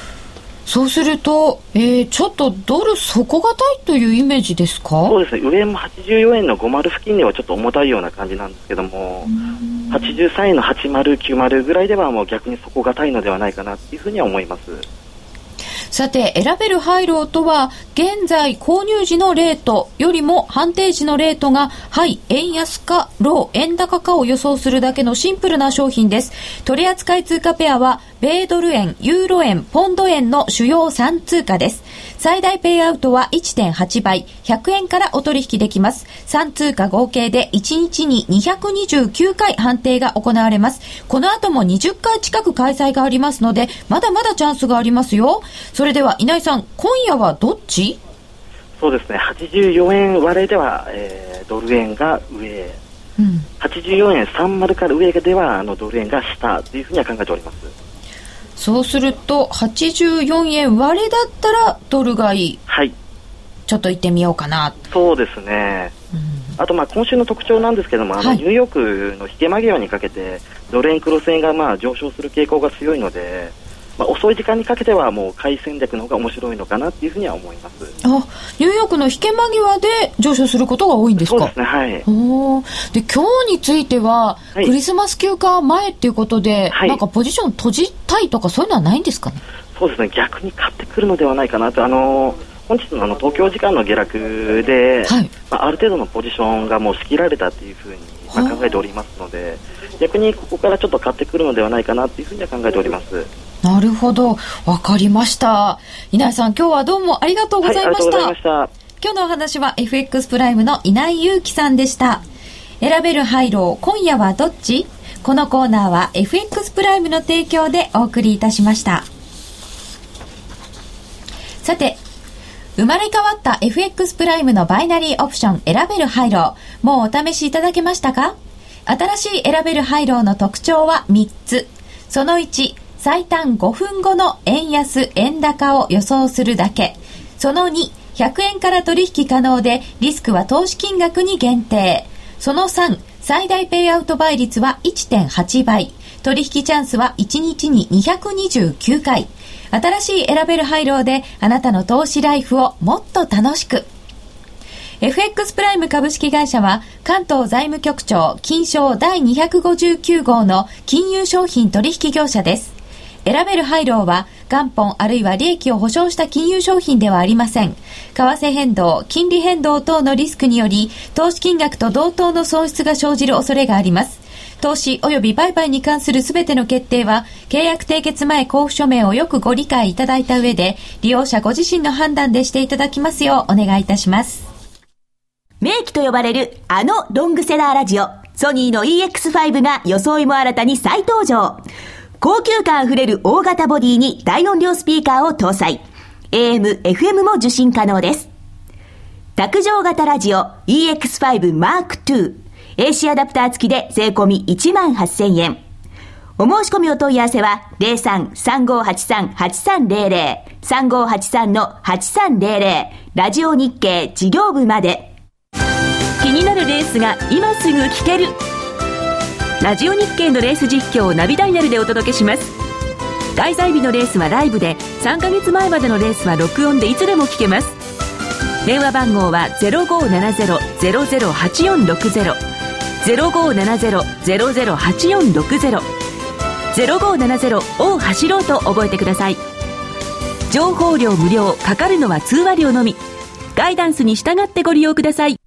そうすると、ちょっとドル底堅いというイメージですか？ そうですね、上も84円の50付近ではちょっと重たいような感じなんですけども、83円の80、90ぐらいではもう逆に底堅いのではないかなというふうには思います。 さて、選べる配慮とは、現在購入時のレートよりも判定時のレートがハイ、円安かロー、円高かを予想するだけのシンプルな商品です。取扱い通貨ペアは米ドル円、ユーロ円、ポンド円の主要3通貨です。最大ペイアウトは 1.8 倍、100円からお取引できます。3通貨合計で1日に229回判定が行われます。この後も20回近く開催がありますので、まだまだチャンスがありますよ。それでは稲井さん、今夜はどっち？ そうですね、84円割れでは、ドル円が上、84円30から上ではドル円が下というふうには考えております。 そうすると84円割れだったらドルがいい。ちょっと行ってみようかな。 そうですね、あと今週の特徴なんですけども、ニューヨークの引け間際にかけてドル円クロス円が上昇する傾向が強いので、遅い時間にかけてはもう買い戦略の方が面白いのかなっていうふうには思います。 ニューヨークの引け間際で上昇することが多いんですか？ そうですね、 で今日については、クリスマス休暇前っていうことで、なんかポジション閉じたいとかそういうのはないんですかね？ そうですね、逆に買ってくるのではないかなと。本日の東京時間の下落で、ある程度のポジションがもう仕切られたというふうに考えておりますので、逆にここからちょっと買ってくるのではないかなというふうには考えております。 なるほど、わかりました。稲井さん、今日はどうもありがとうございました。 ありがとうございました。 今日のお話は FX プライムの稲井祐樹さんでした。選べるハイロー、今夜はどっち？このコーナーは FX プライムの提供でお送りいたしました。さて、生まれ変わった FX プライムのバイナリーオプション選べるハイロー、もうお試しいただけましたか？新しい選べるハイローの特徴は3つ。その1、最短5分後の円安円高を予想するだけ。その2、100円から取引可能でリスクは投資金額に限定。その3、 最大ペイアウト倍率は 1.8 倍。取引チャンスは1日に229回。新しい選べるハイローであなたの投資ライフをもっと楽しく。FX プライム株式会社は関東財務局長金商第259号の金融商品取引業者です。選べるハイローは元本あるいは利益を保証した金融商品ではありません。為替変動、金利変動等のリスクにより投資金額と同等の損失が生じる恐れがあります。投資及び売買に関するすべての決定は契約締結前交付書面をよくご理解いただいた上で利用者ご自身の判断でしていただきますようお願いいたします。 名機と呼ばれるあのロングセラーラジオソニーの EX5 が装いも新たに再登場。高級感あふれる大型ボディに大音量スピーカーを搭載。AM、FM も受信可能です。卓上型ラジオ EX5 Mark II AC アダプター付きで税込み 18,000 円。お申し込みお問い合わせは 03-3583-8300 3583-8300 ラジオ日経事業部まで。気になるレースが今すぐ聞ける。ラジオ日経のレース実況をナビダイヤルでお届けします。開催日のレースはライブで、3ヶ月前までのレースは録音でいつでも聞けます。電話番号は 0570-008460 0570-008460 0570を走ろうと覚えてください。情報料無料、かかるのは通話料のみ。ガイダンスに従ってご利用ください。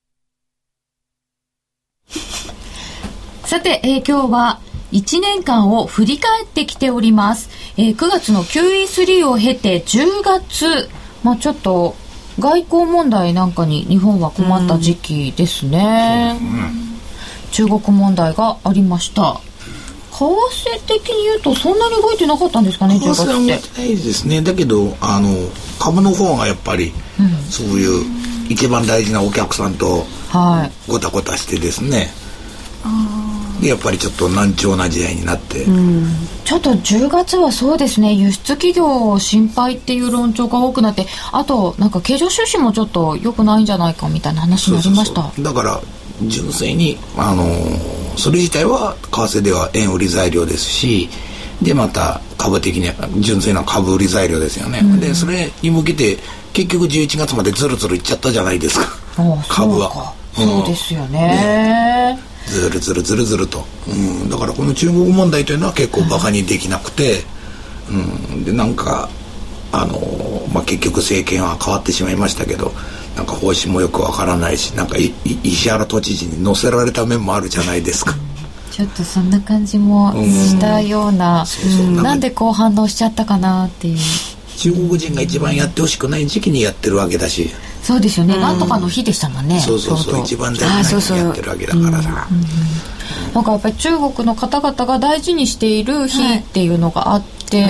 さて、今日は1年間を振り返ってきております。9月の QE3 を経て10月、ちょっと外交問題なんかに日本は困った時期ですね。中国問題がありました。為替的に言うとそんなに動いてなかったんですかね。 為替は動いてないですね。だけど株の方がやっぱり、そういう一番大事なお客さんとごたごたしてですね、でやっぱりちょっと難聴な時代になって、 ちょっと10月はそうですね、輸出企業心配っていう論調が多くなって、あとなんか経常収支もちょっと良くないんじゃないかみたいな話になりました。 だから純粋にそれ自体は為替では円売り材料ですし、でまた株的には純粋な株売り材料ですよね。でそれに向けて結局11月までずるずるいっちゃったじゃないですか。株はそうですよね。 ずるずるずるずると、だからこの中国問題というのは結構バカにできなくて、でなんか結局政権は変わってしまいましたけど、なんか方針もよくわからないし、なんか石原都知事に乗せられた面もあるじゃないですか。 ちょっとそんな感じもしたような、なんでこう反応しちゃったかなっていう。 中国人が一番やってほしくない時期にやってるわけだし。 そうですよね、なんとかの日でしたもんね。 そう一番大事な日にやってるわけだからさ。 なんかやっぱり中国の方々が大事にしている日っていうのがあって、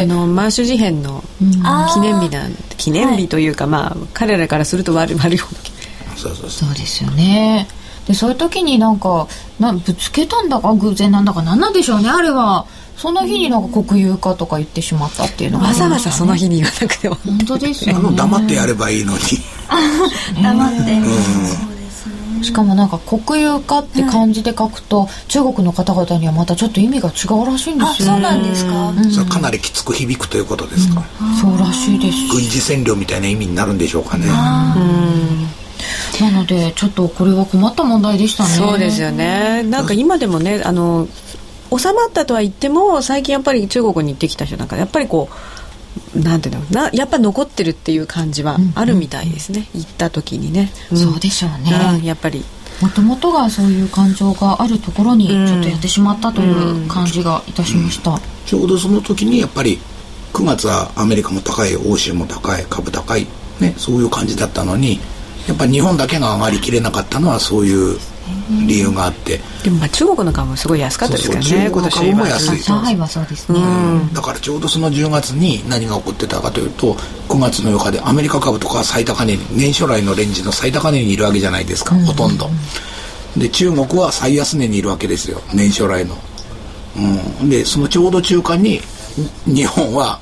満州事変の記念日というか、彼らからすると悪いほどそうですよね。でそういう時になんかぶつけたんだか偶然なんだか何なんでしょうね。あれはその日になんか国有化とか言ってしまったっていうのが、 わざわざその日に言わなくても本当ですよね。 黙ってやればいいのに黙って、 しかもなんか国有化って漢字で書くと、中国の方々にはまたちょっと意味が違うらしいんですよ。 そうなんですか。 それかなりきつく響くということですか。 そうらしいです。 軍事占領みたいな意味になるんでしょうかね。 なのでちょっとこれは困った問題でしたね。 そうですよね。なんか今でもね、収まったとは言っても最近やっぱり中国に行ってきた人なんかやっぱりこうなんていうのやっぱ残ってるっていう感じはあるみたいですね、行った時にね、 そうでしょうね、 やっぱりもともとがそういう感情があるところにちょっとやってしまったという感じがいたしました、 ちょうどその時にやっぱり9月はアメリカも高い、欧州も高い、株高い、ね、そういう感じだったのに、やっぱり日本だけが上がりきれなかったのはそういう理由があって、 でも中国の株もすごい安かったですからね。 中国の株も安い。 上海はそうですね、 だからちょうどその10月に何が起こってたかというと、9月の8日でアメリカ株とかは最高値に、年初来のレンジの最高値にいるわけじゃないですか、ほとんどで。中国は最安値にいるわけですよ、年初来の、でそのちょうど中間に日本は小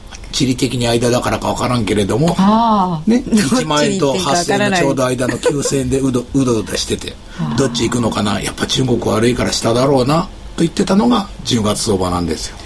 地理的に間だからか分からんけれども、ね、1万円と8000円のちょうど間の9000円でうどしてて、どっち行くのかな、やっぱ中国悪いから下だろうなと言ってたのが10月相場なんですよ。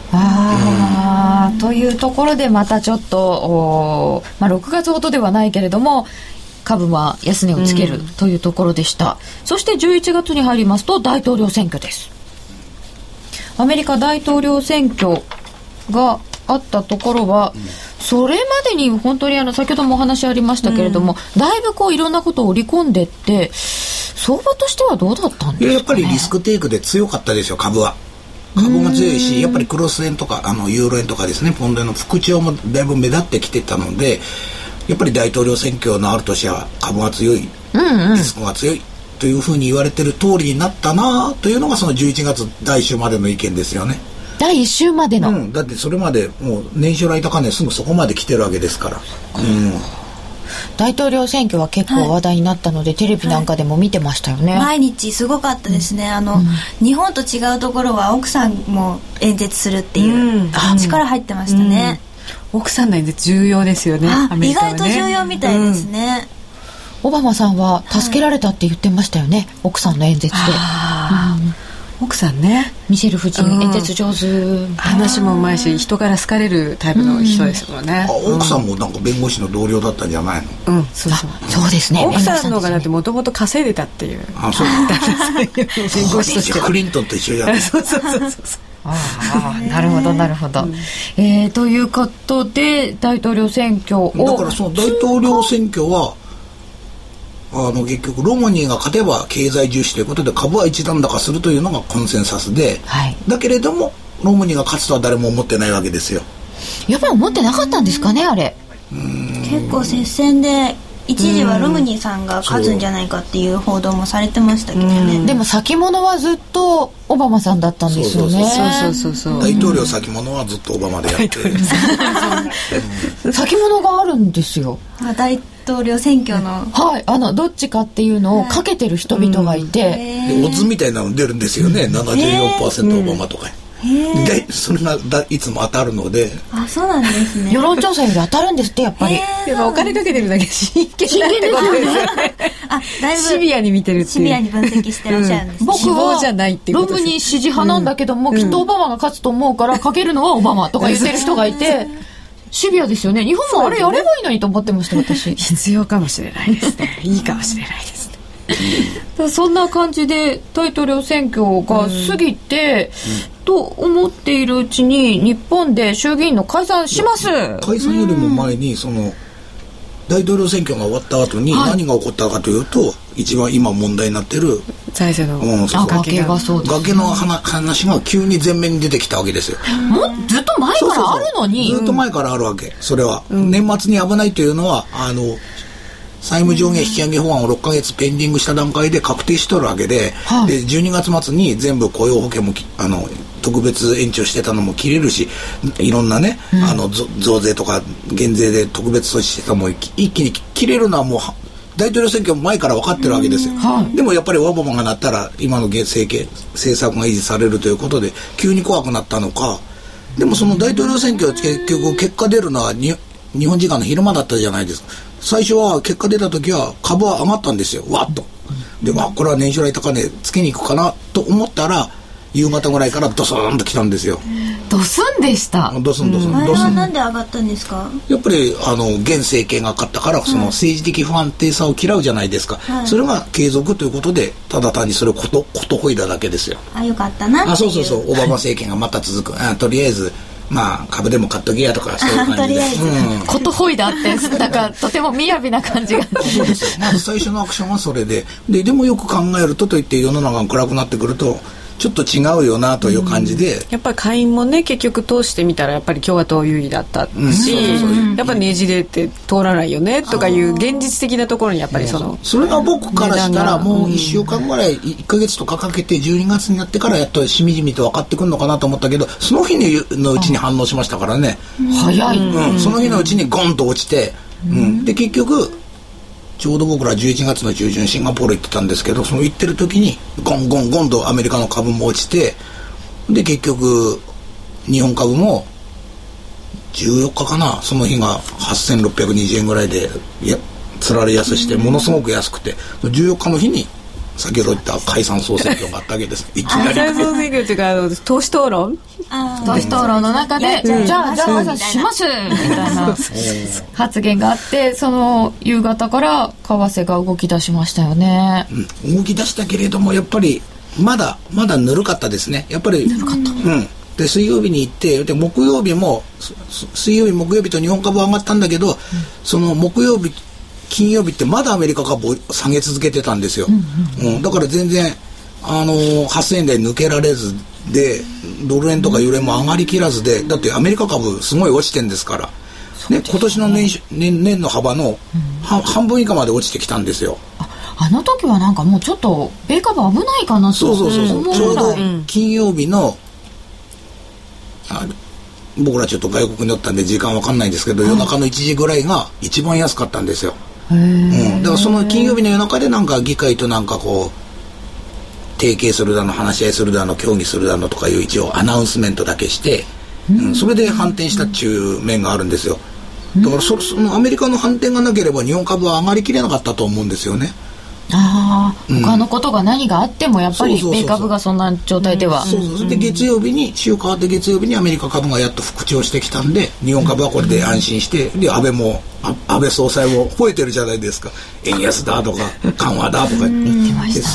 というところでまたちょっと6月ほどではないけれども株は安値をつけるというところでした。そして11月に入りますと大統領選挙です。アメリカ大統領選挙があったところは、それまでに本当に先ほどもお話ありましたけれども、だいぶこういろんなことを織り込んでって相場としてはどうだったんですかね。 やっぱりリスクテイクで強かったですよ。株はも強いし、やっぱりクロス円とかユーロ円とかですね、ポンド円の復調もだいぶ目立ってきてたので、やっぱり大統領選挙のある年は株が強い、リスクが強いというふうに言われてる通りになったなというのがその11月第1週までの意見ですよね。 第1週までの、 だってそれまでもう年初来高値すぐそこまで来てるわけですから、 大統領選挙は結構話題になったので、テレビなんかでも見てましたよね。 毎日すごかったですね。日本と違うところは奥さんも演説するっていう力入ってましたね。 奥さんの演説重要ですよね。アメリカはね、 意外と重要みたいですね。 オバマさんは助けられたって言ってましたよね、奥さんの演説で。 奥さんね、 ミシェル夫人、演説上手、 話もうまいし人から好かれるタイプの人ですもんね。 奥さんもなんか弁護士の同僚だったんじゃないの。 そうですね。 奥さんの方がだってもともと稼いでたっていう。 そう弁護士としてクリントンと一緒じゃない。 そうなるほどなるほど、ということで大統領選挙を、 だからその大統領選挙は結局ロモニーが勝てば経済重視ということで株は一段高するというのがコンセンサスで、だけれどもロモニーが勝つとは誰も思ってないわけですよ。 やっぱり思ってなかったんですかね、あれ。 結構接戦で一時はロムニーさんが勝つんじゃないかっていう報道もされてましたけどね。 でも先物はずっとオバマさんだったんですよね。 そう大統領先物はずっとオバマでやって先物があるんですよ。 大統領選挙のどっちかっていうのをかけてる人々がいて、 でオッズみたいなの出るんですよね。74% オバマとか、でそれがいつも当たるので。 そうなんですね。 世論調査より当たるんですって、やっぱり。 お金かけてるだけ真剣なってことですよね。 だいぶシビアに見てるっていう、 シビアに分析してらっしゃるんです。 僕はロムニー支持派なんだけども、きっとオバマが勝つと思うからかけるのはオバマとか言ってる人がいて、シビアですよね。日本もあれやればいいのにと思ってました、私。 必要かもしれないですね。いいかもしれないですね。 そんな感じで大統領選挙が過ぎて、と思っているうちに日本で衆議院の解散します。 解散よりも前にその大統領選挙が終わった後に何が起こったかというと、一番今問題になってる財政の崖がそうですね。 崖の話が急に前面に出てきたわけですよ。 もうずっと前からあるのに。 ずっと前からあるわけ。それは、年末に危ないというのは債務上限引き上げ法案を6ヶ月ペンディングした段階で確定しとるわけで、で12月末に全部雇用保険も特別延長してたのも切れるし、いろんなね、増税とか減税で特別措置してたのも一気に切れるのはもう大統領選挙前から分かってるわけですよ。でもやっぱりオバマがなったら今の政策が維持されるということで急に怖くなったのか。でもその大統領選挙は結局結果出るのは日本時間の昼間だったじゃないですか。最初は結果出た時は株は上がったんですよ、わっと。でこれは年初来高値つけに行くかなと思ったら夕方ぐらいからドスンと来たんですよ。 ドスンでした。 ドスン。あれはなんで上がったんですか。 やっぱり現政権が勝ったからその政治的不安定さを嫌うじゃないですか、それが継続ということでただ単にそれをことほいだだけですよ。 よかったなっていう。 そうオバマ政権がまた続くとりあえず株でも買っとけやとかそういう感じでことほいだってなんかとても雅な感じがそうですよ。まず最初のアクションはそれでもよく考えるとといって世の中が暗くなってくるとちょっと違うよなという感じで、 やっぱり下院もね結局通してみたらやっぱり共和党優位だったし、やっぱりねじれって通らないよねとかいう現実的なところにやっぱりそれが僕からしたらもう1週間ぐらい1ヶ月とかかけて12月になってからやっとしみじみと分かってくるのかなと思ったけど、その日のうちに反応しましたからね。 早い、 その日のうちにゴンと落ちて、で結局ちょうど僕ら11月の中旬シンガポール行ってたんですけど、その行ってる時にゴンゴンゴンとアメリカの株も落ちて、で結局日本株も 14日かな、その日が8620円ぐらいでつられ安してものすごく安くて、14日の日に先ほど言った解散総選挙があったわけです。いきなり解散総選挙っていうか党首討論の中で、じゃあ解散しますみたいな発言があって、その夕方から為替が動き出しましたよね。 動き出したけれどもやっぱりまだぬるかったですね。やっぱりぬるかった。で水曜日に行って、で木曜日も水曜日木曜日と日本株上がったんだけど、その木曜日金曜日ってまだアメリカ株を下げ続けてたんですよ。だから全然8000円で抜けられずで、ドル円とかユーロ円も上がりきらずで、だってアメリカ株すごい落ちてんですから、ね、今年の年の幅の半分以下まで落ちてきたんですよ。 あの時はなんかもうちょっと米株危ないかなと思うぐらい。 ちょうど金曜日の僕らちょっと外国におったんで時間わかんないんですけど、夜中の1時ぐらいが一番安かったんですよ。だからその金曜日の夜中でなんか議会となんかこう提携するだの話し合いするだの協議するだのとかいう一応アナウンスメントだけして、それで反転したっていう面があるんですよ。だからそのアメリカの反転がなければ日本株は上がりきれなかったと思うんですよね。 他のことが何があってもやっぱり米株がそんな状態では、 で月曜日に週変わって月曜日にアメリカ株がやっと復調してきたんで、日本株はこれで安心して、で安倍総裁も吠えてるじゃないですか。円安だとか緩和だとか言ってました。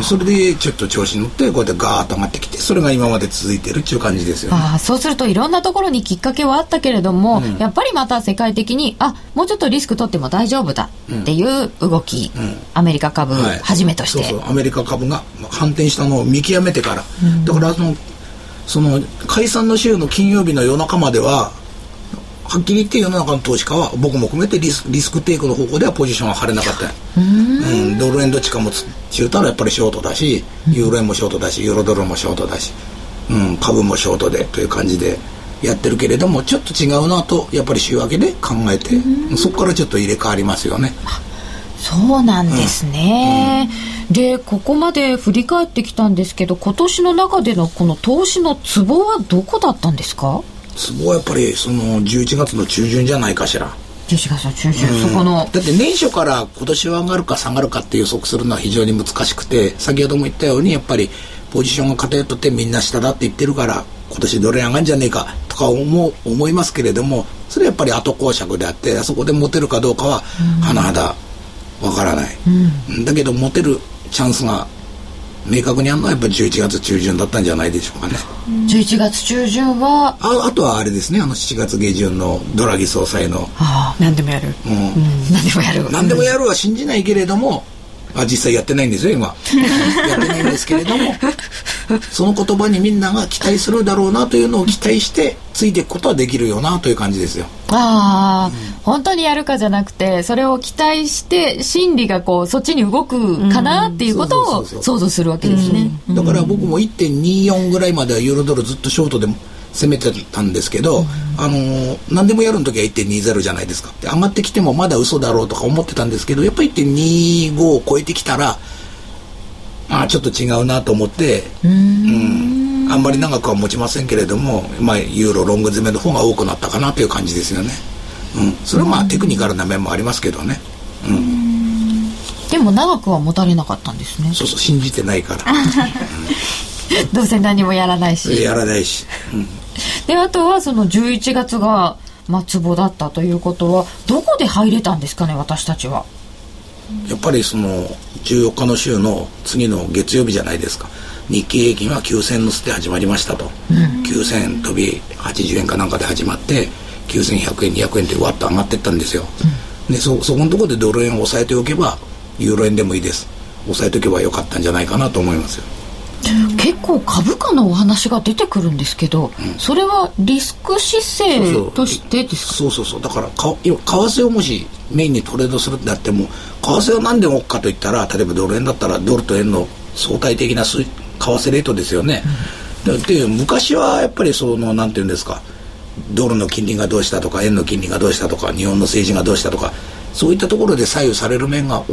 それでちょっと調子に乗ってこうやってガーッと上がってきて、それが今まで続いてるっていう感じですよね。 そうするといろんなところにきっかけはあったけれども、やっぱりまた世界的にもうちょっとリスク取っても大丈夫だっていう動き、アメリカ株はじめとして、 アメリカ株が反転したのを見極めてから、だからその解散の週の金曜日の夜中までははっきり言って世の中の投資家は僕も含めてリスクテイクの方向ではポジションは張れなかった。ドル円どっちかも中たらやっぱりショートだし、ユーロ円もショートだし、ユーロドルもショートだし、株もショートでという感じでやってるけれども、ちょっと違うなとやっぱり週明けで考えて、そこからちょっと入れ替わりますよね。 そうなんですね。でここまで振り返ってきたんですけど、今年の中でのこの投資のツボはどこだったんですか？ ツボはやっぱりその11月の中旬じゃないかしら。 11月の中旬、そこのだって年初から今年は上がるか下がるかって予測するのは非常に難しくて、先ほども言ったようにやっぱりポジションが偏っとってみんな下だって言ってるから今年どれ上がるんじゃねえかとか思いますけれども、それはやっぱり後講釈であって、あそこで持てるかどうかは甚だわからない、だけど持てるチャンスが明確にあるのはやっぱり11月中旬だったんじゃないでしょうかね。 11月中旬はあとはあれですね、7月下旬のドラギ総裁の何でもやる、 何でもやるは信じないけれども、実際やってないんですよ今やってないんですけれどもその言葉にみんなが期待するだろうなというのを期待してついていくことはできるよなという感じですよ。 本当にやるかじゃなくて、それを期待して心理がこうそっちに動くかなっていうことを想像するわけですね。 だから僕も 1.24 ぐらいまではユーロドルずっとショートで攻めてたんですけど、何でもやるの時は 1.20 じゃないですか。で上がってきてもまだ嘘だろうとか思ってたんですけど、やっぱり 1.25 を超えてきたらちょっと違うなと思って、あんまり長くは持ちませんけれども、ユーロロング攻めの方が多くなったかなという感じですよね。それはテクニカルな面もありますけどね。 でも長くは持たれなかったんですね。 そう信じてないからどうせ何もやらないし、 であとはその11月がツボだったということは、どこで入れたんですかね、私たちは。 やっぱりその14日の週の次の月曜日じゃないですか。日経平均は9000の捨て始まりましたと、9000飛び80円かなんかで始まって9100円200円ってわっと上がっていったんですよ、でそこのところでドル円を抑えておけばユーロ円でもいいです。抑えておけばよかったんじゃないかなと思いますよ。 結構株価のお話が出てくるんですけど、それはリスク姿勢としてですか？ そうだから為替をもしメインにトレードするってなっても、為替は何で動くかといったら、例えばドル円だったらドルと円の相対的な為替レートですよね、で昔はやっぱりそのなんていうんですか、ドルの金利がどうしたとか円の金利がどうしたとか日本の政治がどうしたとか、そういったところで左右される面が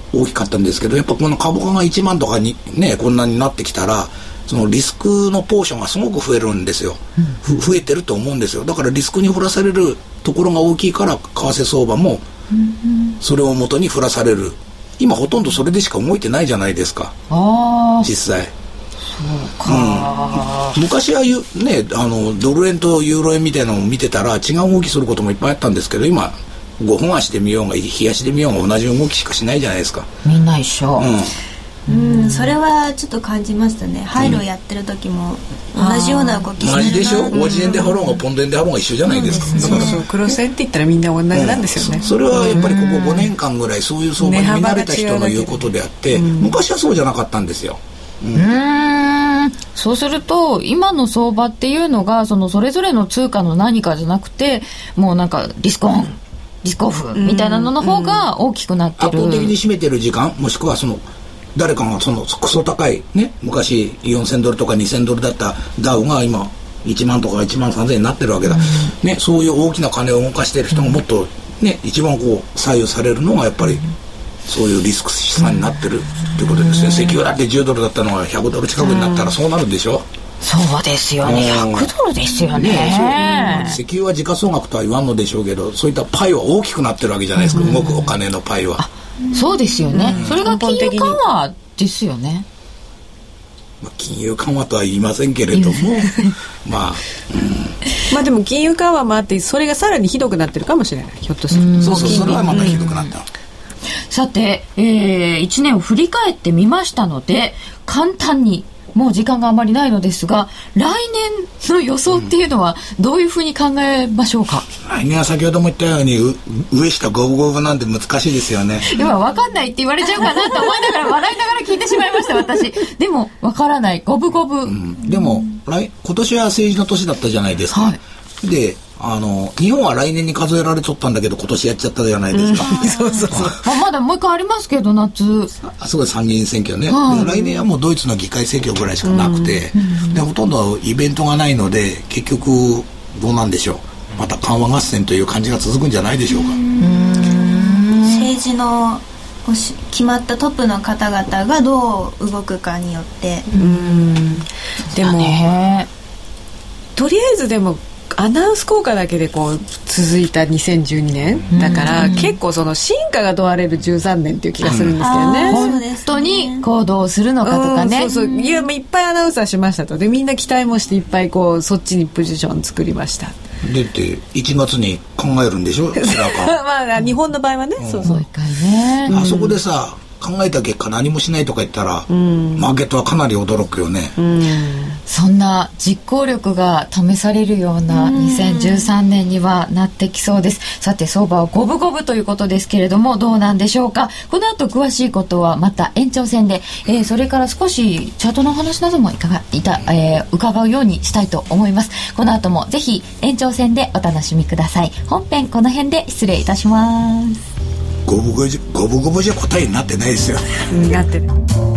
大きかったんですけど、やっぱこの株価が1万とかにねこんなになってきたら、そのリスクのポーションがすごく増えるんですよ、増えてると思うんですよ。だからリスクに振らされるところが大きいから、為替相場もそれを元に振らされる。今ほとんどそれでしか動いてないじゃないですか、実際。そうか、昔はね、ドル円とユーロ円みたいなのを見てたら違う動きすることもいっぱいあったんですけど、今5分足で見ようが日足で見ようが同じ動きしかしないじゃないですか。 みんな一緒。 それはちょっと感じましたね。ハイロやってる時も同じような動きしてるな。 同じでしょ。5円で張ろうがポンド円で張ろうが一緒じゃないですか。 そうそう、クロス円って言ったらみんな同じなんですよね。 それはやっぱりここ5年間ぐらいそういう相場に見慣れた人の言うことであって、昔はそうじゃなかったんですよ。 そうすると今の相場っていうのがそれぞれの通貨の何かじゃなくて、もうなんかリスクオンリスクオフみたいなのの方が大きくなってる、 圧倒的に占めてる時間、もしくは誰かがクソ高いね、昔4000ドルとか2000ドルだったダウが今1万とか1万3000円になってるわけだ、ね、そういう大きな金を動かしている人がもっとね、一番こう左右されるのがやっぱりそういうリスク資産になってるっていうことですね。石油だって10ドルだったのが100ドル近くになったらそうなるでしょ。 そうですよね、100ドルですよね。 石油は時価総額とは言わんのでしょうけど、そういったパイは大きくなってるわけじゃないですか、動くお金のパイは。 そうですよね、それが金融緩和ですよね。 金融緩和とは言いませんけれどもまあでも金融緩和もあって、それがさらにひどくなってるかもしれない、ひょっとすると。 そうそう、それはまたひどくなった。 さて、1年を振り返ってみましたので、簡単に、もう時間があまりないのですが、来年の予想っていうのはどういうふうに考えましょうか。 来年は先ほども言ったように上下五分五分なんて難しいですよね。 今分かんないって言われちゃうかなと思いながら笑いながら聞いてしまいました私。でも分からない、五分五分、 でも今年は政治の年だったじゃないですか、で日本は来年に数えられちゃったんだけど今年やっちゃったじゃないですか、 そうそうそうまだもう一回ありますけど夏すごい参議院選挙ね、で来年はもうドイツの議会選挙ぐらいしかなくて、でほとんどイベントがないので結局どうなんでしょう、また緩和合戦という感じが続くんじゃないでしょうか。 政治の決まったトップの方々がどう動くかによって、 でもとりあえずでもアナウンス効果だけでこう続いた2012年だから、結構その進化が問われる13年っていう気がするんですけどね、 本当に行動するのかとかね、 そうそう、いやいっぱいアナウンサーしましたと、でみんな期待もしていっぱいこうそっちにポジション作りました。 でって1月に考えるんでしょまあ日本の場合はね、そうそう、 一回ね、 あそこでさ考えた結果何もしないとか言ったら、マーケットはかなり驚くよね。 そんな実行力が試されるような2013年にはなってきそうです。さて相場は五分五分ということですけれども、どうなんでしょうか。この後詳しいことはまた延長戦で、それから少しチャートの話なども伺うようにしたいと思います。この後もぜひ延長戦でお楽しみください。本編この辺で失礼いたします。 五分五分じゃ答えになってないですよ。 なってる。